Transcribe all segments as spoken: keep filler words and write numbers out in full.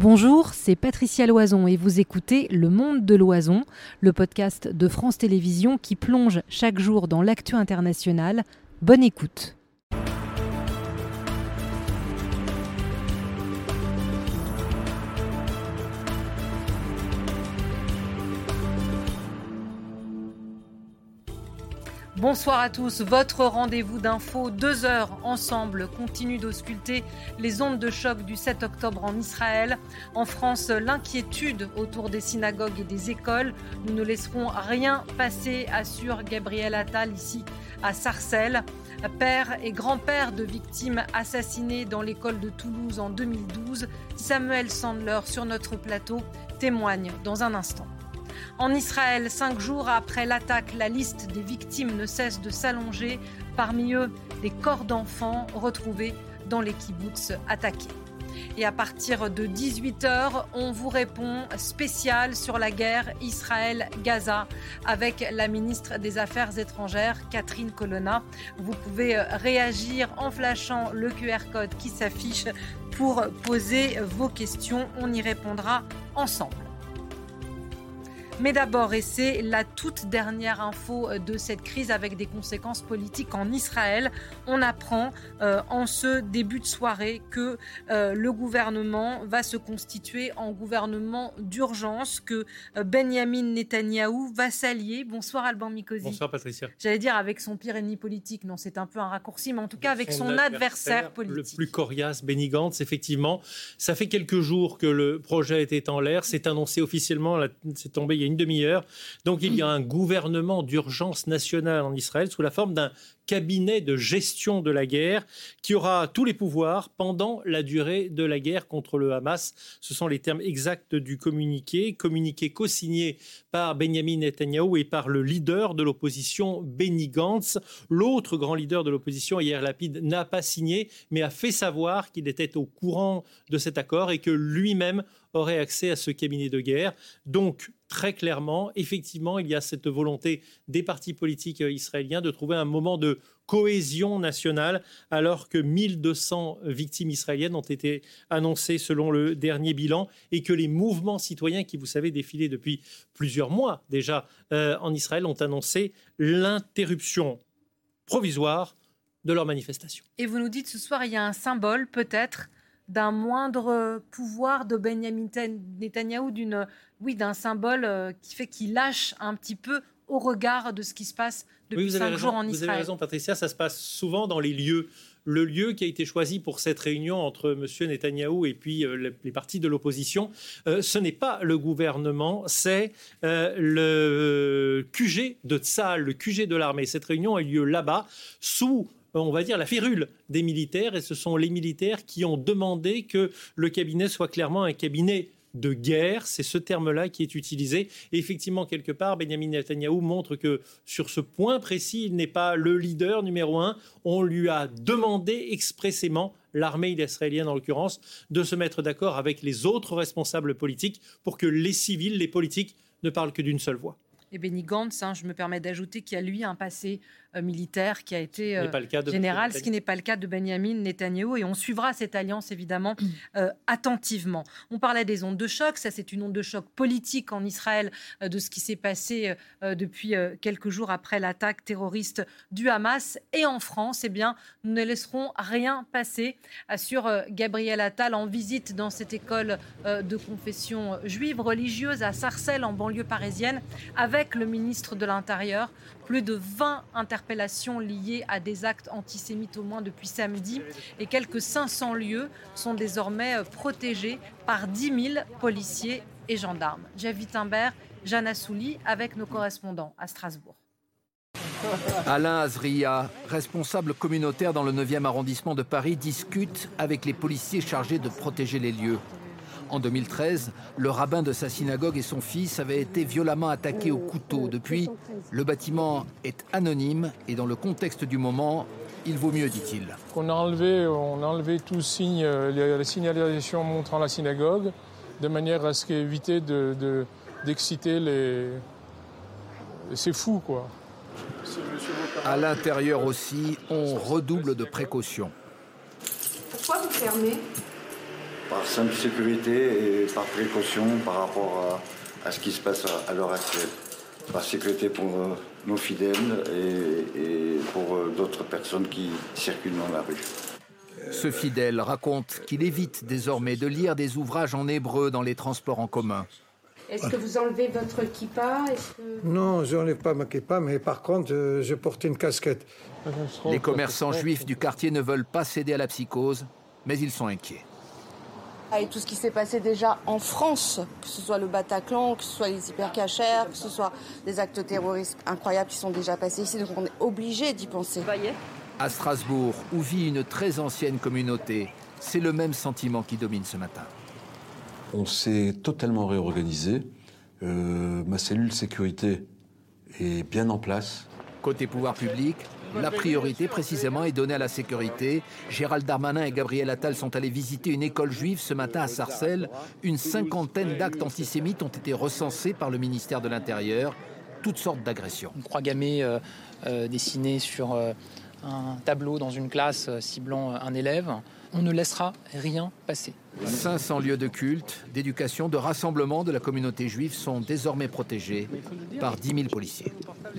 Bonjour, c'est Patricia Loison et vous écoutez Le Monde de l'Oison, le podcast de France Télévisions qui plonge chaque jour dans l'actu internationale. Bonne écoute. Bonsoir à tous, votre rendez-vous d'info, deux heures ensemble, continue d'ausculter les ondes de choc du sept octobre en Israël. En France, l'inquiétude autour des synagogues et des écoles. Nous ne laisserons rien passer, assure Gabriel Attal ici à Sarcelles. Père et grand-père de victimes assassinées dans l'école de Toulouse en deux mille douze, Samuel Sandler sur notre plateau témoigne dans un instant. En Israël, cinq jours après l'attaque, la liste des victimes ne cesse de s'allonger. Parmi eux, des corps d'enfants retrouvés dans les kibboutz attaqués. Et à partir de dix-huit heures, on vous répond spécial sur la guerre Israël-Gaza avec la ministre des Affaires étrangères, Catherine Colonna. Vous pouvez réagir en flashant le Q R code qui s'affiche pour poser vos questions. On y répondra ensemble. Mais d'abord, et c'est la toute dernière info de cette crise avec des conséquences politiques en Israël, on apprend euh, en ce début de soirée que euh, le gouvernement va se constituer en gouvernement d'urgence, que euh, Benyamin Netanyahou va s'allier. Bonsoir Alban Mikosi. Bonsoir Patricia. J'allais dire avec son pire ennemi politique, non c'est un peu un raccourci, mais en tout cas avec son, son adversaire, adversaire politique. Le plus coriace, Benny Gantz, effectivement. Ça fait quelques jours que le projet était en l'air, c'est annoncé officiellement, là, c'est tombé il y a une demi-heure. Donc il y a un gouvernement d'urgence nationale en Israël sous la forme d'un cabinet de gestion de la guerre qui aura tous les pouvoirs pendant la durée de la guerre contre le Hamas. Ce sont les termes exacts du communiqué, communiqué co-signé par Benyamin Netanyahou et par le leader de l'opposition, Benny Gantz. L'autre grand leader de l'opposition, Yair Lapid, n'a pas signé, mais a fait savoir qu'il était au courant de cet accord et que lui-même aurait accès à ce cabinet de guerre. Donc, très clairement, effectivement, il y a cette volonté des partis politiques israéliens de trouver un moment de cohésion nationale, alors que mille deux cents victimes israéliennes ont été annoncées selon le dernier bilan et que les mouvements citoyens qui, vous savez, défilaient depuis plusieurs mois déjà euh, en Israël ont annoncé l'interruption provisoire de leurs manifestations. Et vous nous dites ce soir, il y a un symbole peut-être d'un moindre pouvoir de Benyamin Netanyahou, d'une, oui, d'un symbole qui fait qu'il lâche un petit peu au regard de ce qui se passe depuis oui, cinq jours en Israël. Vous avez raison, Patricia, ça se passe souvent dans les lieux. Le lieu qui a été choisi pour cette réunion entre M. Netanyahou et puis euh, les partis de l'opposition, euh, ce n'est pas le gouvernement, c'est euh, le Q G de Tsahal, le Q G de l'armée. Cette réunion a eu lieu là-bas, sous on va dire, la férule des militaires. Et ce sont les militaires qui ont demandé que le cabinet soit clairement un cabinet de guerre. C'est ce terme-là qui est utilisé. Et effectivement, quelque part, Benyamin Netanyahou montre que sur ce point précis, il n'est pas le leader numéro un. On lui a demandé expressément, l'armée israélienne en l'occurrence, de se mettre d'accord avec les autres responsables politiques pour que les civils, les politiques, ne parlent que d'une seule voix. Et Benny Gantz, hein, je me permets d'ajouter qu'il y a lui un passé euh, militaire qui a été euh, général, ce qui n'est pas le cas de Benyamin Netanyahou. Et on suivra cette alliance évidemment euh, attentivement. On parlait des ondes de choc, ça c'est une onde de choc politique en Israël euh, de ce qui s'est passé euh, depuis euh, quelques jours après l'attaque terroriste du Hamas. Et en France, eh bien, nous ne laisserons rien passer, assure euh, Gabriel Attal en visite dans cette école euh, de confession juive religieuse à Sarcelles en banlieue parisienne avec Avec le ministre de l'Intérieur, plus de vingt interpellations liées à des actes antisémites au moins depuis samedi et quelques cinq cents lieux sont désormais protégés par dix mille policiers et gendarmes. Jeff Wittenberg, Jeanne Assouli avec nos correspondants à Strasbourg. Alain Azria, responsable communautaire dans le neuvième arrondissement de Paris, discute avec les policiers chargés de protéger les lieux. En deux mille treize, le rabbin de sa synagogue et son fils avaient été violemment attaqués au couteau. Depuis, le bâtiment est anonyme et dans le contexte du moment, il vaut mieux, dit-il. On a enlevé, on a enlevé tout signe, la signalisation montrant la synagogue, de manière à ce qu'éviter de, de, d'exciter les... C'est fou, quoi. À l'intérieur aussi, on redouble de précautions. Pourquoi vous fermez ? par simple sécurité et par précaution par rapport à, à ce qui se passe à, à l'heure actuelle. Par sécurité pour euh, nos fidèles et, et pour euh, d'autres personnes qui circulent dans la rue. Ce fidèle raconte qu'il évite désormais de lire des ouvrages en hébreu dans les transports en commun. Est-ce que vous enlevez votre kippa? Est-ce que... Non, je n'enlève pas ma kippa, mais par contre, je, je porte une casquette. Les commerçants juifs du quartier ne veulent pas céder à la psychose, mais ils sont inquiets. Et tout ce qui s'est passé déjà en France, que ce soit le Bataclan, que ce soit les hypercachères, que ce soit des actes terroristes incroyables qui sont déjà passés ici, donc on est obligé d'y penser. À Strasbourg, où vit une très ancienne communauté, c'est le même sentiment qui domine ce matin. On s'est totalement réorganisé. Euh, ma cellule sécurité est bien en place. Côté pouvoir public, la priorité précisément est donnée à la sécurité. Gérald Darmanin et Gabriel Attal sont allés visiter une école juive ce matin à Sarcelles. Une cinquantaine d'actes antisémites ont été recensés par le ministère de l'Intérieur. Toutes sortes d'agressions. Une croix gammée euh, euh, dessinée sur euh, un tableau dans une classe euh, ciblant un élève. On ne laissera rien passer. cinq cents lieux de culte, d'éducation, de rassemblement de la communauté juive sont désormais protégés par dix mille policiers.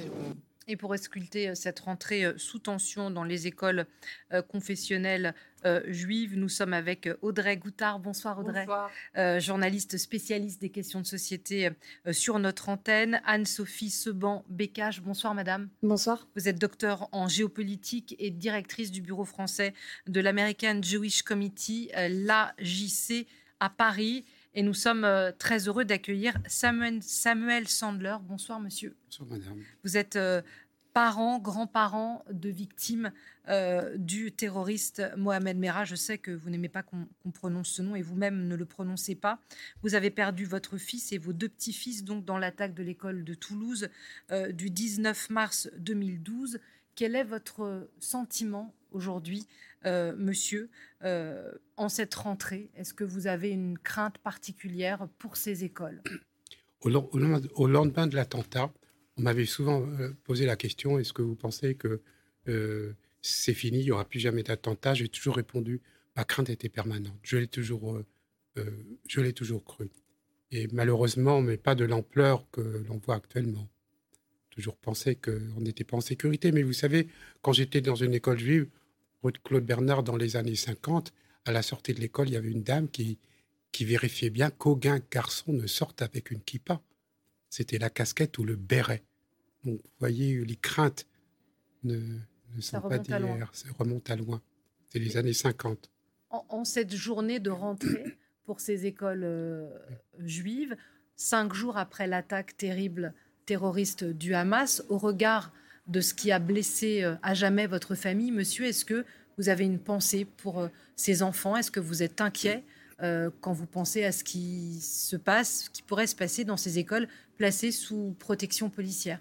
Et pour ausculter cette rentrée sous tension dans les écoles confessionnelles juives, nous sommes avec Audrey Goutard. Bonsoir Audrey. Bonsoir. Euh, journaliste spécialiste des questions de société sur notre antenne. Anne-Sophie Seban-Bécage. Bonsoir madame. Bonsoir. Vous êtes docteur en géopolitique et directrice du bureau français de l'American Jewish Committee, l'A J C, à Paris. Et nous sommes très heureux d'accueillir Samuel, Samuel Sandler. Bonsoir, monsieur. Bonsoir, madame. Vous êtes euh, parent, grand-parent de victimes euh, du terroriste Mohamed Merah. Je sais que vous n'aimez pas qu'on qu'on prononce ce nom et vous-même ne le prononcez pas. Vous avez perdu votre fils et vos deux petits-fils donc, dans l'attaque de l'école de Toulouse euh, du dix-neuf mars deux mille douze. Quel est votre sentiment aujourd'hui, euh, monsieur, euh, en cette rentrée? Est-ce que vous avez une crainte particulière pour ces écoles? Au, au, au lendemain de l'attentat, on m'avait souvent posé la question, est-ce que vous pensez que euh, c'est fini, il n'y aura plus jamais d'attentat? J'ai toujours répondu, ma crainte était permanente. Je l'ai toujours, euh, euh, je l'ai toujours cru. Et malheureusement, mais pas de l'ampleur que l'on voit actuellement. Toujours pensé qu'on n'était pas en sécurité. Mais vous savez, quand j'étais dans une école juive, rue de Claude Bernard, dans les années cinquante, à la sortie de l'école, il y avait une dame qui, qui vérifiait bien qu'aucun garçon ne sorte avec une kippa. C'était la casquette ou le béret. Donc, vous voyez, les craintes ne, ne sont pas d'hier, ça remonte à loin. C'est les années cinquante. En, en cette journée de rentrée pour ces écoles euh, juives, cinq jours après l'attaque terrible terroriste du Hamas, au regard de ce qui a blessé euh, à jamais votre famille, monsieur, est-ce que vous avez une pensée pour euh, ces enfants? Est-ce que vous êtes inquiet euh, quand vous pensez à ce qui se passe, ce qui pourrait se passer dans ces écoles placées sous protection policière?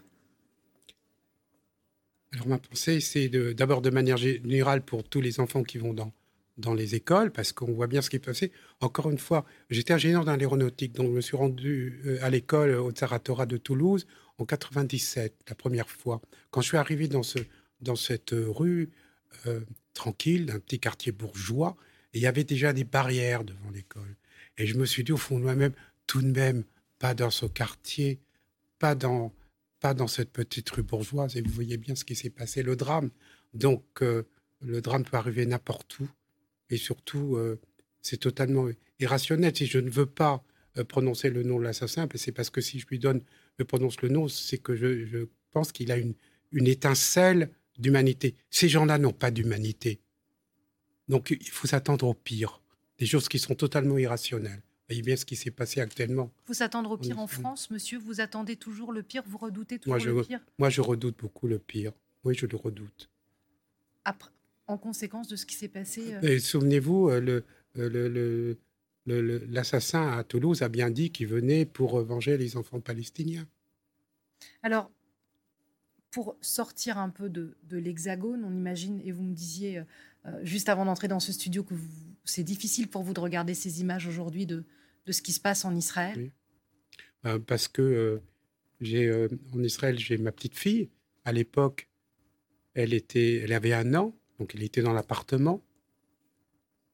Alors ma pensée, c'est de, d'abord de manière générale pour tous les enfants qui vont dans, dans les écoles, parce qu'on voit bien ce qui peut passer. Encore une fois, j'étais ingénieur dans l'aéronautique, donc je me suis rendu à l'école au Tsaratora de Toulouse en quatre-vingt-dix-sept, la première fois. Quand je suis arrivé dans, ce, dans cette rue euh, tranquille, d'un petit quartier bourgeois, et il y avait déjà des barrières devant l'école. Et je me suis dit au fond de moi-même, tout de même, pas dans ce quartier, pas dans... pas dans cette petite rue bourgeoise, et vous voyez bien ce qui s'est passé, le drame. Donc, euh, le drame peut arriver n'importe où, et surtout, euh, c'est totalement irrationnel. Si je ne veux pas euh, prononcer le nom de l'assassin, c'est parce que si je lui donne, je prononce le nom, c'est que je, je pense qu'il a une, une étincelle d'humanité. Ces gens-là n'ont pas d'humanité. Donc, il faut s'attendre au pire, des choses qui sont totalement irrationnelles. Vous voyez bien ce qui s'est passé actuellement. Vous s'attendre au pire en France, monsieur? Vous attendez toujours le pire? Vous redoutez toujours moi, je, le pire? Moi, je redoute beaucoup le pire. Oui, je le redoute. Après, en conséquence de ce qui s'est passé... Euh... Souvenez-vous, le, le, le, le, le, l'assassin à Toulouse a bien dit qu'il venait pour venger les enfants palestiniens. Alors, pour sortir un peu de, de l'hexagone, on imagine, et vous me disiez euh, juste avant d'entrer dans ce studio que vous, c'est difficile pour vous de regarder ces images aujourd'hui de... de ce qui se passe en Israël? Oui. Euh, parce que euh, j'ai, euh, en Israël, j'ai ma petite fille. À l'époque, elle, était, elle avait un an, donc elle était dans l'appartement.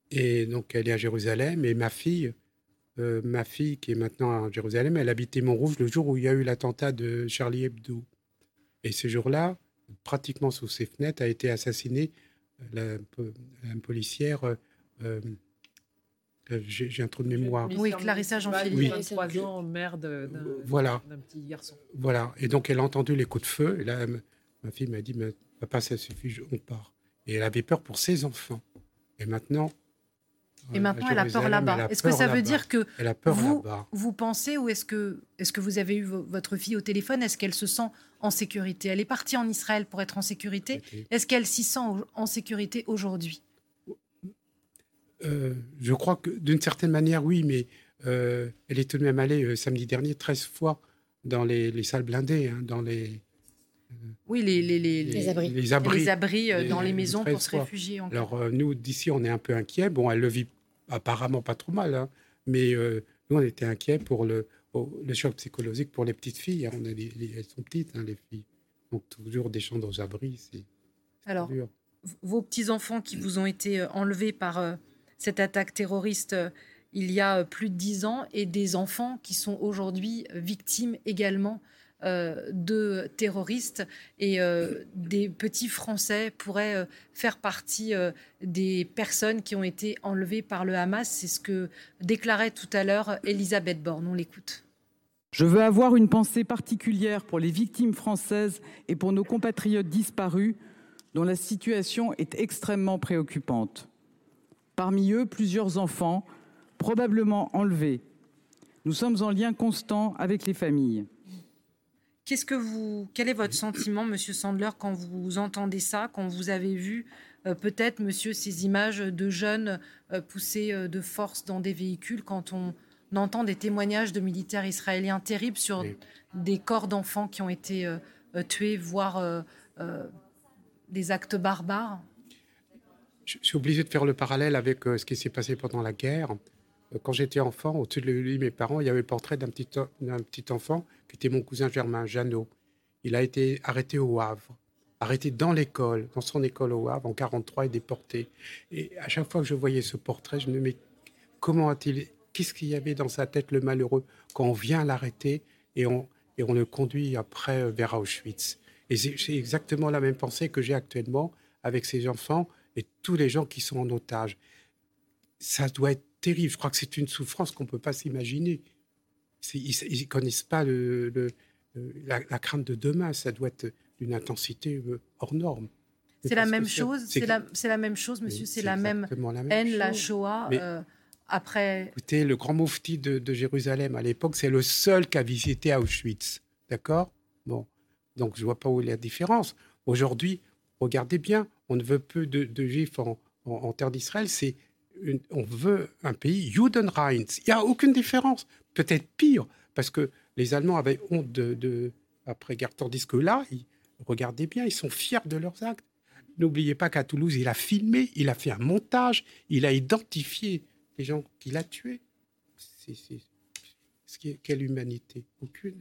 Et donc, elle est à Jérusalem. Et ma fille, euh, ma fille qui est maintenant à Jérusalem, elle habitait Montrouge le jour où il y a eu l'attentat de Charlie Hebdo. Et ce jour-là, pratiquement sous ses fenêtres, a été assassinée la, la policière... Euh, euh, j'ai, j'ai un trou de mémoire. Oui, Clarissa Jean-Philippe, oui. vingt-trois ans, mère de, d'un, voilà. d'un petit garçon. Voilà. Et donc, elle a entendu les coups de feu. Et là, ma fille m'a dit, mais, papa, ça suffit, on part. Et elle avait peur pour ses enfants. Et maintenant... Et maintenant, elle a peur là-bas. A est-ce que ça là-bas. veut dire que vous, là-bas. vous pensez, ou est-ce que, est-ce que vous avez eu v- votre fille au téléphone, est-ce qu'elle se sent en sécurité? Elle est partie en Israël pour être en sécurité. Okay. Est-ce qu'elle s'y sent en sécurité aujourd'hui? euh, Je crois que d'une certaine manière, oui, mais euh, elle est tout de même allée euh, samedi dernier treize fois dans les, les salles blindées, hein, dans les... Oui, les, les, les, les abris, les abris, les abris euh, les, dans les maisons pour se réfugier. En Alors, euh, nous, d'ici, on est un peu inquiets. Bon, elle le vit apparemment pas trop mal, hein, mais euh, nous, on était inquiets pour le, oh, le choc psychologique pour les petites filles. Hein. On a des, les, elles sont petites, hein, les filles. Donc, toujours des chambres aux abris, c'est, c'est Alors, dur. Vos petits-enfants qui vous ont été enlevés par euh, cette attaque terroriste euh, il y a plus de dix ans, et des enfants qui sont aujourd'hui victimes également Euh, de terroristes, et euh, des petits Français pourraient euh, faire partie euh, des personnes qui ont été enlevées par le Hamas. C'est ce que déclarait tout à l'heure Elisabeth Borne. On l'écoute. Je veux avoir une pensée particulière pour les victimes françaises et pour nos compatriotes disparus dont la situation est extrêmement préoccupante. Parmi eux, plusieurs enfants, probablement enlevés. Nous sommes en lien constant avec les familles. Qu'est-ce que vous, quel est votre sentiment, Monsieur Sandler, quand vous entendez ça, quand vous avez vu euh, peut-être, Monsieur, ces images de jeunes euh, poussés euh, de force dans des véhicules, quand on entend des témoignages de militaires israéliens terribles sur oui. des corps d'enfants qui ont été euh, tués, voire euh, euh, des actes barbares? Je suis obligé de faire le parallèle avec euh, ce qui s'est passé pendant la guerre. Quand j'étais enfant, au-dessus de lit, mes parents, il y avait le portrait d'un petit, d'un petit enfant qui était mon cousin Germain, Jeannot. Il a été arrêté au Havre, arrêté dans l'école, dans son école au Havre, en quarante-trois, et déporté. Et à chaque fois que je voyais ce portrait, je me disais, mais comment a-t-il... Qu'est-ce qu'il y avait dans sa tête, le malheureux, quand on vient l'arrêter et on, et on le conduit après vers Auschwitz? Et c'est, c'est exactement la même pensée que j'ai actuellement avec ces enfants et tous les gens qui sont en otage. Ça doit être terrible. Je crois que c'est une souffrance qu'on ne peut pas s'imaginer. C'est, ils ne connaissent pas le, le, la, la crainte de demain. Ça doit être d'une intensité hors norme. C'est la même chose. C'est, c'est, la, c'est la même chose, monsieur. C'est, c'est la même, la même haine, chose. La Shoah. Mais, euh, après. Écoutez, le grand moufti de, de Jérusalem à l'époque, c'est le seul qui a visité Auschwitz. D'accord ? Bon. Donc, je ne vois pas où est la différence. Aujourd'hui, regardez bien, on ne veut plus de, de juifs en, en, en terre d'Israël. C'est Une, on veut un pays Judenrein. Il n'y a aucune différence. Peut-être pire, parce que les Allemands avaient honte de, de après-guerre. Tandis que là, ils, regardez bien, ils sont fiers de leurs actes. N'oubliez pas qu'à Toulouse, il a filmé, il a fait un montage, il a identifié les gens qu'il a tués. C'est, c'est, c'est, quelle humanité? Aucune.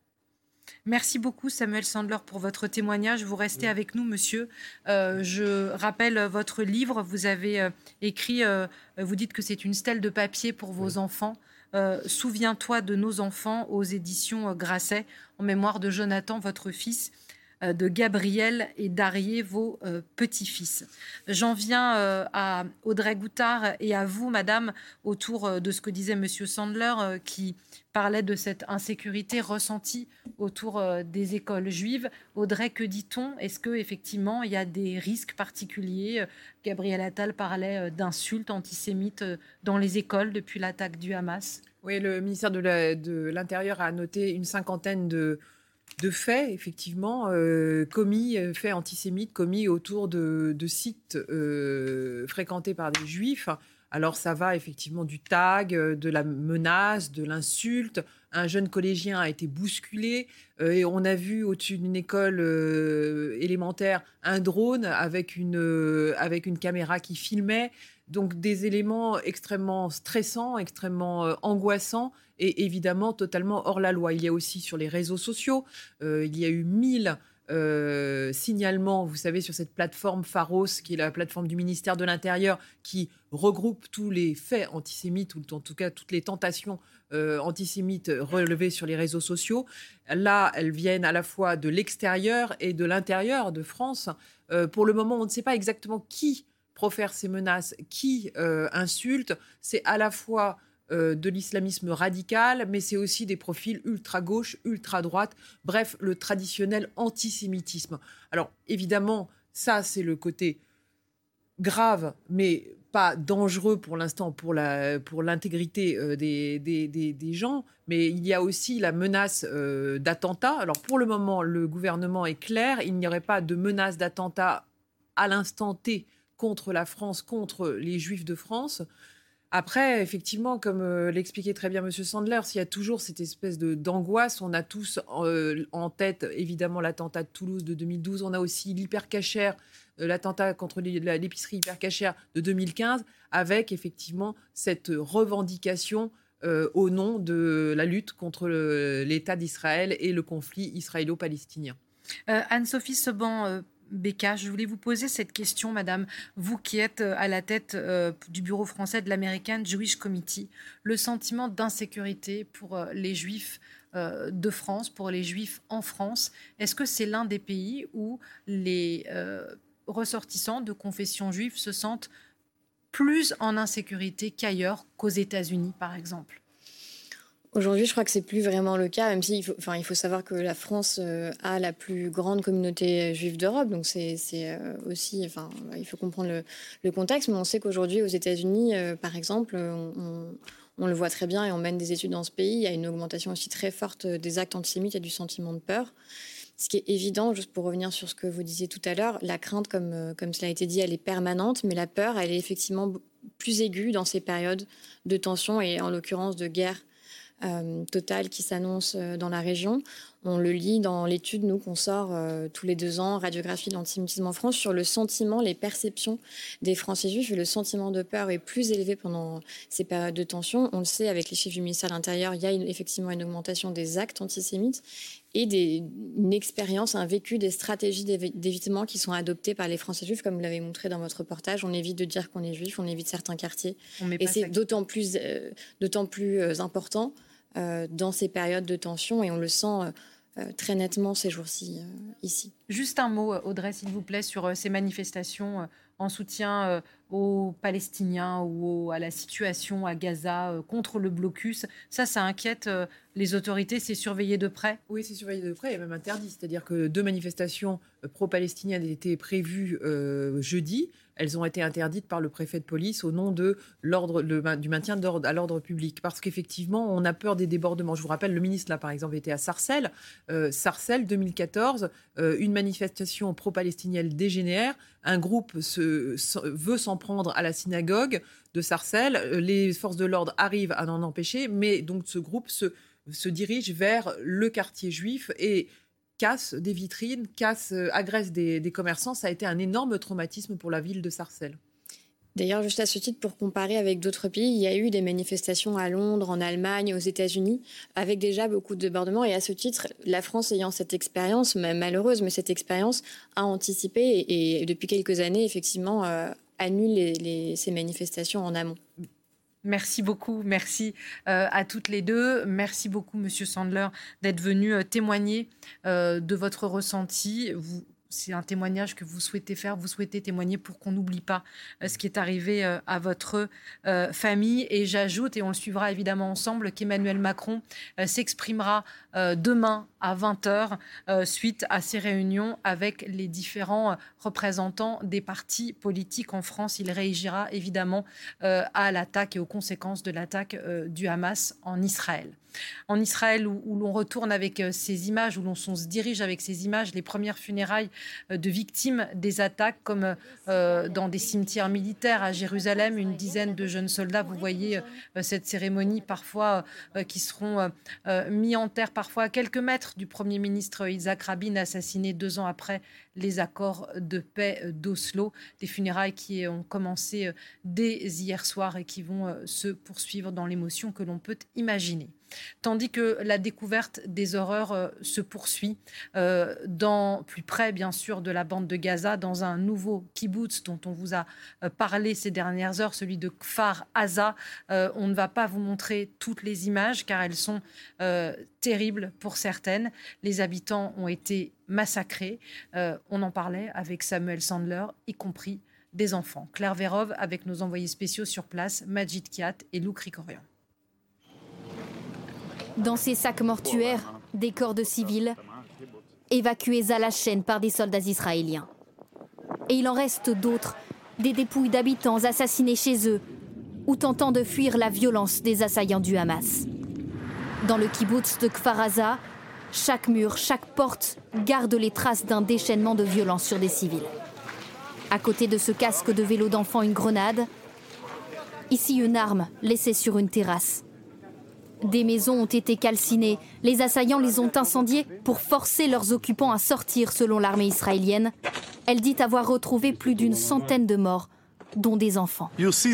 Merci beaucoup, Samuel Sandler, pour votre témoignage. Vous restez avec nous, monsieur. Euh, je rappelle votre livre. Vous avez euh, écrit, euh, vous dites que c'est une stèle de papier pour vos oui. enfants. Euh, Souviens-toi de nos enfants, aux éditions euh, Grasset, en mémoire de Jonathan, votre fils, euh, de Gabriel et d'Arié, vos euh, petits-fils. J'en viens euh, à Audrey Goutard et à vous, madame, autour euh, de ce que disait monsieur Sandler, euh, qui parlait de cette insécurité ressentie autour euh, des écoles juives. Audrey, que dit-on? Est-ce qu'effectivement, il y a des risques particuliers? Gabriel Attal parlait euh, d'insultes antisémites euh, dans les écoles depuis l'attaque du Hamas. Oui, le ministère de, la, de l'Intérieur a noté une cinquantaine de, de faits, effectivement, euh, commis, faits antisémites commis autour de, de sites euh, fréquentés par des juifs. Alors, ça va effectivement du tag, de la menace, de l'insulte. Un jeune collégien a été bousculé euh, et on a vu au-dessus d'une école euh, élémentaire un drone avec une, euh, avec une caméra qui filmait. Donc, des éléments extrêmement stressants, extrêmement euh, angoissants et évidemment totalement hors la loi. Il y a aussi sur les réseaux sociaux, euh, il y a eu mille euh, signalements, vous savez, sur cette plateforme Pharos, qui est la plateforme du ministère de l'Intérieur, qui regroupe tous les faits antisémites, ou en tout cas toutes les tentations euh, antisémites relevées sur les réseaux sociaux. Là, elles viennent à la fois de l'extérieur et de l'intérieur de France. Euh, pour le moment, on ne sait pas exactement qui profère ces menaces, qui euh, insulte. C'est à la fois euh, de l'islamisme radical, mais c'est aussi des profils ultra-gauche, ultra-droite, bref, le traditionnel antisémitisme. Alors, évidemment, ça, c'est le côté grave, mais pas dangereux pour l'instant pour, la, pour l'intégrité euh, des, des, des, des gens, mais il y a aussi la menace euh, d'attentat. Alors, pour le moment, le gouvernement est clair, il n'y aurait pas de menace d'attentat à l'instant T contre la France, contre les Juifs de France. Après, effectivement, comme euh, l'expliquait très bien M. Sandler, s'il y a toujours cette espèce de, d'angoisse, on a tous euh, en tête, évidemment, l'attentat de Toulouse de deux mille douze, on a aussi l'hypercachère, euh, l'attentat contre les, la, l'épicerie hypercachère de deux mille quinze, avec, effectivement, cette revendication euh, au nom de la lutte contre le, l'État d'Israël et le conflit israélo-palestinien. Euh, Anne-Sophie Seban, euh, Becca, je voulais vous poser cette question, madame. Vous qui êtes à la tête euh, du bureau français de l'American Jewish Committee, le sentiment d'insécurité pour euh, les Juifs euh, de France, pour les Juifs en France, est-ce que c'est l'un des pays où les euh, ressortissants de confession juive se sentent plus en insécurité qu'ailleurs, qu'aux États-Unis, par exemple ? Aujourd'hui, je crois que c'est plus vraiment le cas, même si il faut, enfin, il faut savoir que la France euh, a la plus grande communauté juive d'Europe, donc c'est, c'est euh, aussi, enfin, il faut comprendre le, le contexte, mais on sait qu'aujourd'hui, aux États-Unis, euh, par exemple, on, on, on le voit très bien et on mène des études dans ce pays, il y a une augmentation aussi très forte des actes antisémites et du sentiment de peur. Ce qui est évident, juste pour revenir sur ce que vous disiez tout à l'heure, la crainte, comme, comme cela a été dit, elle est permanente, mais la peur, elle est effectivement plus aiguë dans ces périodes de tension et en l'occurrence de guerre Euh, totale qui s'annonce euh, dans la région. On le lit dans l'étude, nous, qu'on sort euh, tous les deux ans, radiographie de l'antisémitisme en France, sur le sentiment, les perceptions des Français juifs. Et le sentiment de peur est plus élevé pendant ces périodes de tension. On le sait, avec les chiffres du ministère de l'Intérieur, il y a une, effectivement une augmentation des actes antisémites et des, une expérience, un vécu des stratégies d'évitement qui sont adoptées par les Français juifs, comme vous l'avez montré dans votre reportage. On évite de dire qu'on est juif, on évite certains quartiers. Et c'est d'autant plus, euh, d'autant plus euh, important euh, dans ces périodes de tension, et on le sent euh, euh, très nettement ces jours-ci euh, ici. Juste un mot, Audrey, s'il vous plaît, sur euh, ces manifestations euh, en soutien euh, aux Palestiniens ou au, à la situation à Gaza euh, contre le blocus. Ça, ça inquiète euh, les autorités, c'est surveillé de près ? Oui, c'est surveillé de près et même interdit. C'est-à-dire que deux manifestations euh, pro-palestiniennes étaient prévues euh, jeudi. Elles ont été interdites par le préfet de police au nom de l'ordre, le, du maintien d'ordre à l'ordre public. Parce qu'effectivement, on a peur des débordements. Je vous rappelle, le ministre, là, par exemple, était à Sarcelles. Euh, Sarcelles, deux mille quatorze, euh, une manifestation pro-palestinienne dégénère. Un groupe se, se, veut s'en prendre à la synagogue de Sarcelles. Les forces de l'ordre arrivent à en empêcher, mais donc ce groupe se, se dirige vers le quartier juif et casse des vitrines, casse, euh, agresse des, des commerçants. Ça a été un énorme traumatisme pour la ville de Sarcelles. D'ailleurs, juste à ce titre, pour comparer avec d'autres pays, il y a eu des manifestations à Londres, en Allemagne, aux États-Unis, avec déjà beaucoup de débordements. Et à ce titre, la France ayant cette expérience, malheureuse, mais cette expérience, a anticipé et, et depuis quelques années, effectivement, euh, annule les, les, ces manifestations en amont. Merci beaucoup, merci euh, à toutes les deux. Merci beaucoup, Monsieur Sandler, d'être venu euh, témoigner euh, de votre ressenti. Vous, c'est un témoignage que vous souhaitez faire, vous souhaitez témoigner pour qu'on n'oublie pas euh, ce qui est arrivé euh, à votre euh, famille. Et j'ajoute, et on le suivra évidemment ensemble, qu'Emmanuel Macron euh, s'exprimera euh, demain à vingt heures euh, suite à ces réunions avec les différents représentants des partis politiques en France. Il réagira évidemment euh, à l'attaque et aux conséquences de l'attaque euh, du Hamas en Israël. En Israël, où, où l'on retourne avec euh, ces images, où l'on se dirige avec ces images, les premières funérailles euh, de victimes des attaques, comme euh, dans des cimetières militaires à Jérusalem, une dizaine de jeunes soldats. Vous voyez euh, cette cérémonie parfois euh, qui seront euh, euh, mis en terre, parfois à quelques mètres du Premier ministre Yitzhak Rabin, assassiné deux ans après les accords de paix d'Oslo. Des funérailles qui ont commencé dès hier soir et qui vont se poursuivre dans l'émotion que l'on peut imaginer. tandis que la découverte des horreurs euh, se poursuit euh, dans, plus près bien sûr de la bande de Gaza, dans un nouveau kibboutz dont on vous a euh, parlé ces dernières heures, celui de Kfar Aza. Euh, on ne va pas vous montrer toutes les images car elles sont euh, terribles pour certaines. Les habitants ont été massacrés. Euh, on en parlait avec Samuel Sandler, y compris des enfants. Claire Vérove avec nos envoyés spéciaux sur place, Majid Kiat et Lou Krikorian. Dans ces sacs mortuaires, des corps de civils évacués à la chaîne par des soldats israéliens. Et il en reste d'autres, des dépouilles d'habitants assassinés chez eux ou tentant de fuir la violence des assaillants du Hamas. Dans le kibboutz de Kfar Aza, chaque mur, chaque porte garde les traces d'un déchaînement de violence sur des civils. À côté de ce casque de vélo d'enfant, une grenade. Ici, une arme laissée sur une terrasse. Des maisons ont été calcinées. Les assaillants les ont incendiées pour forcer leurs occupants à sortir, selon l'armée israélienne. Elle dit avoir retrouvé plus d'une centaine de morts, dont des enfants.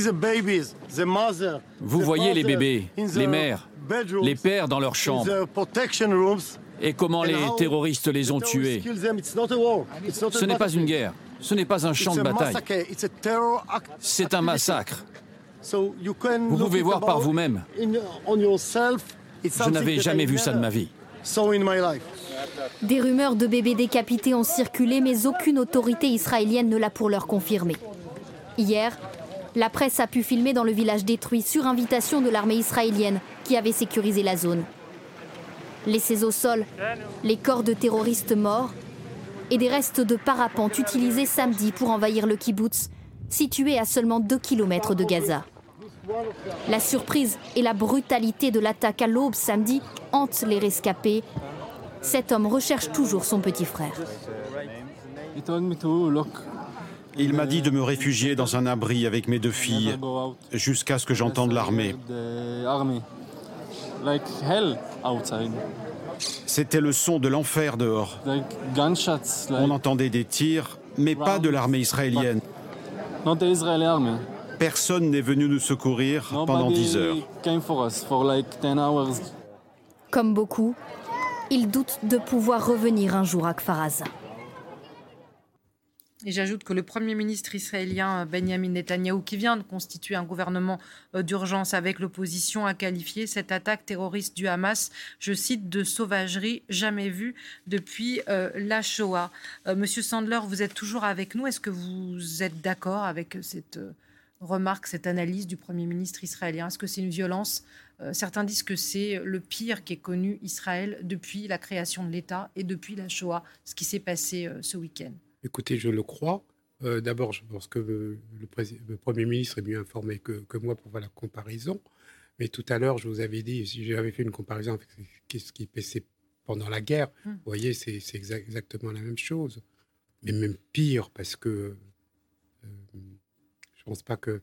Vous voyez les bébés, les mères, les pères dans leurs chambres. Et comment les terroristes les ont tués. Ce n'est pas une guerre, ce n'est pas un champ de bataille. C'est un massacre. Vous pouvez voir par vous-même. Je n'avais jamais vu ça de ma vie. Des rumeurs de bébés décapités ont circulé, mais aucune autorité israélienne ne l'a pour l'heure confirmé. Hier, la presse a pu filmer dans le village détruit sur invitation de l'armée israélienne qui avait sécurisé la zone. Laissés au sol, les corps de terroristes morts et des restes de parapente utilisés samedi pour envahir le kibboutz, situé à seulement deux kilomètres de Gaza. La surprise et la brutalité de l'attaque à l'aube samedi hantent les rescapés. Cet homme recherche toujours son petit frère. Il m'a dit de me réfugier dans un abri avec mes deux filles jusqu'à ce que j'entende l'armée. C'était le son de l'enfer dehors. On entendait des tirs, mais pas de l'armée israélienne. Personne n'est venu nous secourir pendant dix heures. Comme beaucoup, il doute de pouvoir revenir un jour à Kfar Aza. Et j'ajoute que le Premier ministre israélien Benjamin Netanyahou, qui vient de constituer un gouvernement d'urgence avec l'opposition, a qualifié cette attaque terroriste du Hamas, je cite, de sauvagerie jamais vue depuis euh, la Shoah. Euh, Monsieur Sandler, vous êtes toujours avec nous. Est-ce que vous êtes d'accord avec cette euh, remarque, cette analyse du Premier ministre israélien? Est-ce que c'est une violence? euh, Certains disent que c'est le pire qu'ait connu Israël depuis la création de l'État et depuis la Shoah, ce qui s'est passé euh, ce week-end. Écoutez, je le crois. Euh, d'abord, je pense que le, pré- le Premier ministre est mieux informé que, que moi pour voir la comparaison. Mais tout à l'heure, je vous avais dit, si j'avais fait une comparaison avec ce qui passait pendant la guerre, mmh. vous voyez, c'est, c'est exa- exactement la même chose. Mais même pire, parce que euh, je ne pense pas que...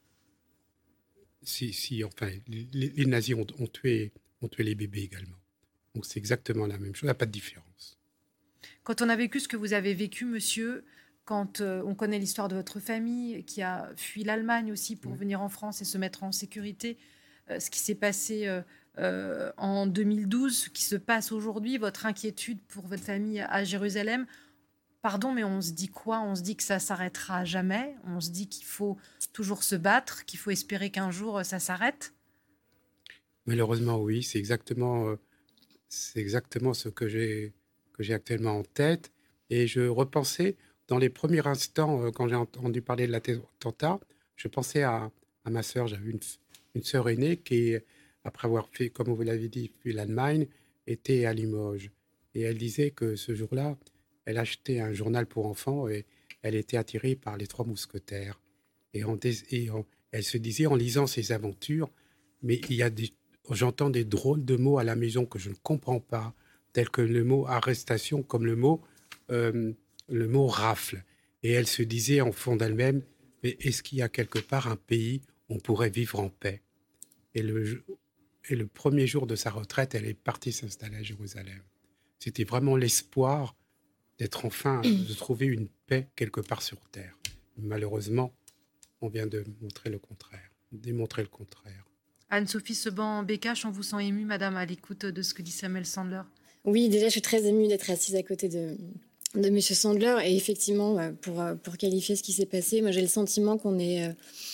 Si, si enfin, les, les nazis ont, ont, tué, ont tué les bébés également. Donc c'est exactement la même chose, il n'y a pas de différence. Quand on a vécu ce que vous avez vécu, monsieur, quand euh, on connaît l'histoire de votre famille, qui a fui l'Allemagne aussi pour mmh. venir en France et se mettre en sécurité, euh, ce qui s'est passé euh, euh, en deux mille douze, ce qui se passe aujourd'hui, votre inquiétude pour votre famille à Jérusalem, pardon, mais on se dit quoi? On se dit que ça s'arrêtera jamais? On se dit qu'il faut toujours se battre, qu'il faut espérer qu'un jour ça s'arrête? Malheureusement, oui, c'est exactement, euh, c'est exactement ce que j'ai... que j'ai actuellement en tête. Et je repensais, dans les premiers instants, euh, quand j'ai entendu parler de l'attentat, je pensais à, à ma sœur. J'avais une, une sœur aînée qui, après avoir fait, comme vous l'avez dit, fui l'Allemagne, était à Limoges. Et elle disait que ce jour-là, elle achetait un journal pour enfants et elle était attirée par les Trois Mousquetaires. Et, en, et en, elle se disait, en lisant ces aventures, mais il y a des, j'entends des drôles de mots à la maison que je ne comprends pas, tel que le mot arrestation, comme le mot, euh, le mot rafle. Et elle se disait en fond d'elle-même, mais est-ce qu'il y a quelque part un pays où on pourrait vivre en paix? Et le, et le premier jour de sa retraite, elle est partie s'installer à Jérusalem. C'était vraiment l'espoir d'être enfin, de trouver une paix quelque part sur terre. Malheureusement, on vient de montrer le contraire, démontrer le contraire. Anne-Sophie Seban-Bécache, on vous sent émue, madame, à l'écoute de ce que dit Samuel Sandler. Oui, déjà, je suis très émue d'être assise à côté de, de M. Sandler. Et effectivement, pour, pour qualifier ce qui s'est passé, moi, j'ai le sentiment qu'on est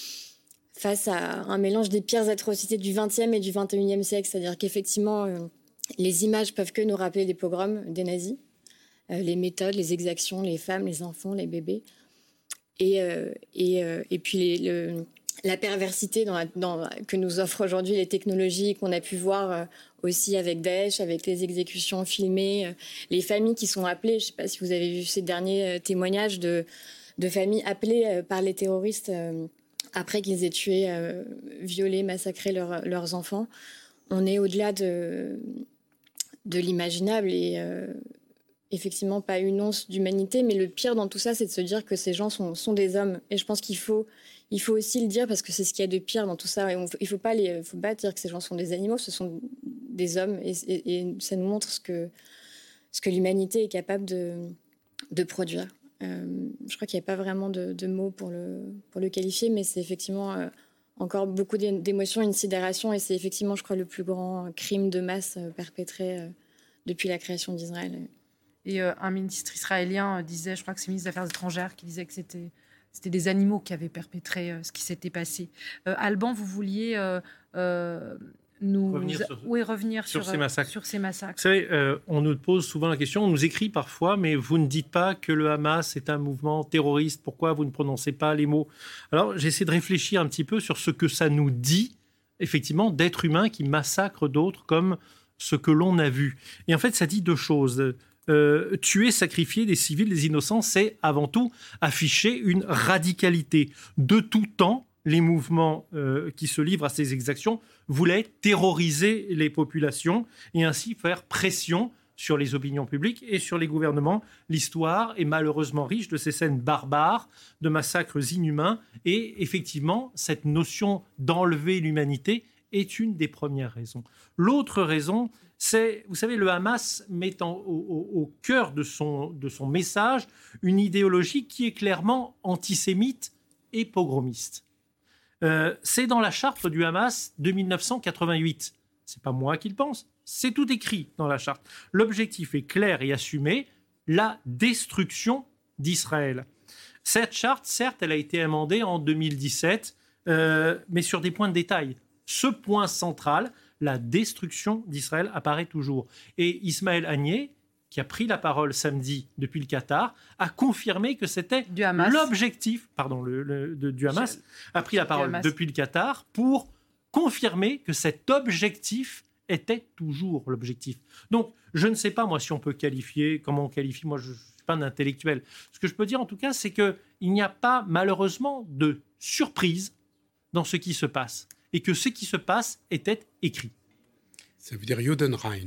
face à un mélange des pires atrocités du vingtième et du vingt et unième siècle. C'est-à-dire qu'effectivement, les images peuvent que nous rappeler des pogroms des nazis, les méthodes, les exactions, les femmes, les enfants, les bébés. Et, et, et puis les... Le, la perversité dans la, dans, que nous offrent aujourd'hui les technologies qu'on a pu voir euh, aussi avec Daesh, avec les exécutions filmées, euh, les familles qui sont appelées, je ne sais pas si vous avez vu ces derniers euh, témoignages de, de familles appelées euh, par les terroristes euh, après qu'ils aient tué, euh, violé, massacré leur, leurs enfants. On est au-delà de, de l'imaginable et euh, effectivement pas une once d'humanité, mais le pire dans tout ça, c'est de se dire que ces gens sont, sont des hommes. Et je pense qu'il faut Il faut aussi le dire parce que c'est ce qu'il y a de pire dans tout ça. Et on, il ne faut pas, les, faut pas dire que ces gens sont des animaux, ce sont des hommes. Et, et, et ça nous montre ce que, ce que l'humanité est capable de, de produire. Euh, je crois qu'il n'y a pas vraiment de, de mots pour le, pour le qualifier, mais c'est effectivement euh, encore beaucoup d'émotions, une sidération. Et c'est effectivement, je crois, le plus grand crime de masse euh, perpétré euh, depuis la création d'Israël. Et euh, un ministre israélien disait, je crois que c'est le ministre des Affaires étrangères, qui disait que c'était... C'était des animaux qui avaient perpétré euh, ce qui s'était passé. Euh, Alban, vous vouliez euh, euh, nous revenir sur, oui, revenir sur, sur, ces massacres. sur ces massacres. Vous savez, euh, on nous pose souvent la question, on nous écrit parfois, mais vous ne dites pas que le Hamas est un mouvement terroriste. Pourquoi vous ne prononcez pas les mots? Alors, j'essaie de réfléchir un petit peu sur ce que ça nous dit, effectivement, d'êtres humains qui massacrent d'autres comme ce que l'on a vu. Et en fait, ça dit deux choses. Euh, tuer, sacrifier des civils, des innocents, c'est avant tout afficher une radicalité. De tout temps, les mouvements euh, qui se livrent à ces exactions voulaient terroriser les populations et ainsi faire pression sur les opinions publiques et sur les gouvernements. L'histoire est malheureusement riche de ces scènes barbares, de massacres inhumains, et effectivement, cette notion d'enlever l'humanité est une des premières raisons. L'autre raison, c'est, vous savez, le Hamas met en, au, au cœur de son, de son message une idéologie qui est clairement antisémite et pogromiste. Euh, c'est dans la charte du Hamas de mille neuf cent quatre-vingt-huit. C'est pas moi qui le pense, c'est tout écrit dans la charte. L'objectif est clair et assumé, la destruction d'Israël. Cette charte, certes, elle a été amendée en deux mille dix-sept, euh, mais sur des points de détail. Ce point central, la destruction d'Israël, apparaît toujours. Et Ismaël Haniyeh, qui a pris la parole samedi depuis le Qatar, a confirmé que c'était l'objectif, pardon, le, le, de, du Hamas, Je... a pris la parole depuis le Qatar pour confirmer que cet objectif était toujours l'objectif. Donc, je ne sais pas, moi, si on peut qualifier, comment on qualifie, moi, je ne suis pas un intellectuel. Ce que je peux dire, en tout cas, c'est qu'il n'y a pas, malheureusement, de surprise dans ce qui se passe. Et que ce qui se passe était écrit. Ça veut dire Judenrein.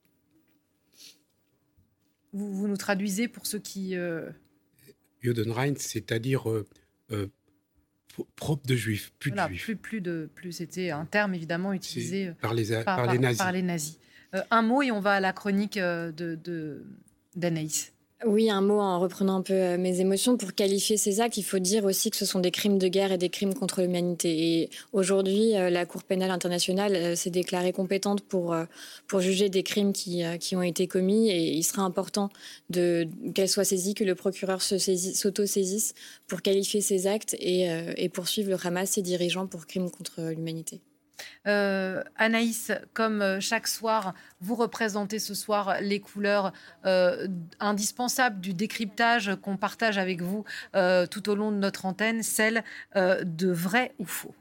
Vous, vous nous traduisez pour ceux qui... Euh... Judenrein, c'est-à-dire euh, euh, propre de juifs, plus voilà, de juifs. Plus, plus de, plus, c'était un terme évidemment utilisé par les, par, par, par, les nazis. Par les nazis. Euh, un mot et on va à la chronique de, de, d'Anaïs. Oui, un mot en reprenant un peu mes émotions. Pour qualifier ces actes, il faut dire aussi que ce sont des crimes de guerre et des crimes contre l'humanité. Et aujourd'hui, la Cour pénale internationale s'est déclarée compétente pour, pour juger des crimes qui, qui ont été commis. Et il sera important de, qu'elle soit saisie, que le procureur se saisit, s'auto-saisisse pour qualifier ces actes et, et poursuivre le Hamas, ses dirigeants, pour crimes contre l'humanité. Euh, Anaïs, comme chaque soir, vous représentez ce soir les couleurs euh, indispensables du décryptage qu'on partage avec vous euh, tout au long de notre antenne, celle euh, de vrai ou faux.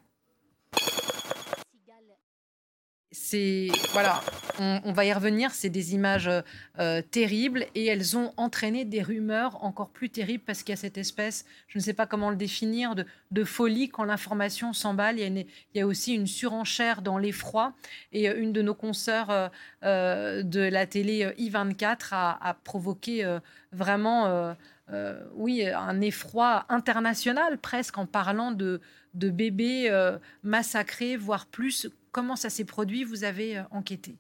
C'est, voilà, on, on va y revenir, c'est des images euh, terribles et elles ont entraîné des rumeurs encore plus terribles parce qu'il y a cette espèce, je ne sais pas comment le définir, de, de folie quand l'information s'emballe. Il y a, une, il y a aussi une surenchère dans l'effroi et une de nos consoeurs euh, euh, de la télé I vingt-quatre a, a provoqué euh, vraiment euh, euh, oui, un effroi international presque en parlant de, de bébés euh, massacrés, voire plus. Comment ça s'est produit? Vous avez enquêté?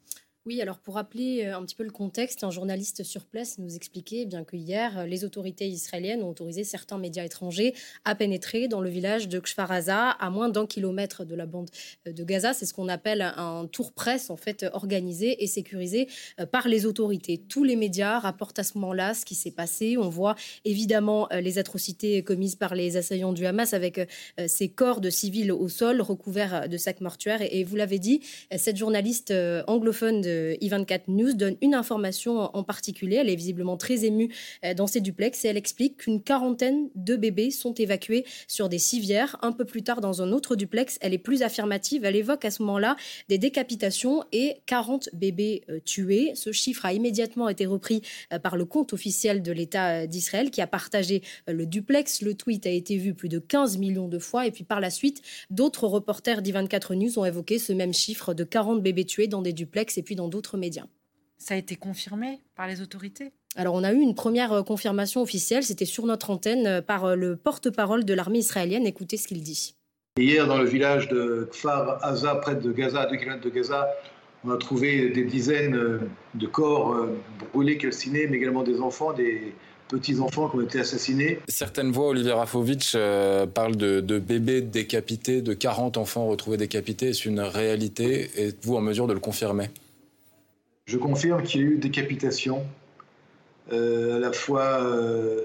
Oui, alors pour rappeler un petit peu le contexte, un journaliste sur place nous expliquait eh bien que hier, les autorités israéliennes ont autorisé certains médias étrangers à pénétrer dans le village de Kfar Aza, à moins d'un kilomètre de la bande de Gaza. C'est ce qu'on appelle un tour presse en fait organisé et sécurisé par les autorités. Tous les médias rapportent à ce moment-là ce qui s'est passé. On voit évidemment les atrocités commises par les assaillants du Hamas avec ces corps de civils au sol recouverts de sacs mortuaires. Et vous l'avez dit, cette journaliste anglophone de I vingt-quatre News donne une information en particulier. Elle est visiblement très émue dans ces duplex et elle explique qu'une quarantaine de bébés sont évacués sur des civières. Un peu plus tard, dans un autre duplex, elle est plus affirmative. Elle évoque à ce moment-là des décapitations et quarante bébés tués. Ce chiffre a immédiatement été repris par le compte officiel de l'État d'Israël qui a partagé le duplex. Le tweet a été vu plus de quinze millions de fois. Et puis par la suite, d'autres reporters d'I vingt-quatre News ont évoqué ce même chiffre de quarante bébés tués dans des duplex et puis dans d'autres médias. Ça a été confirmé par les autorités ? Alors, on a eu une première confirmation officielle, c'était sur notre antenne par le porte-parole de l'armée israélienne. Écoutez ce qu'il dit. Hier, dans le village de Kfar Aza, près de Gaza, à deux kilomètres de Gaza, on a trouvé des dizaines de corps brûlés, calcinés, mais également des enfants, des petits-enfants qui ont été assassinés. Certaines voix, Olivier Rafovitch, euh, parlent de, de bébés décapités, de quarante enfants retrouvés décapités. Est-ce une réalité ? Êtes-vous en mesure de le confirmer ? Je confirme qu'il y a eu décapitation, euh, à la fois euh,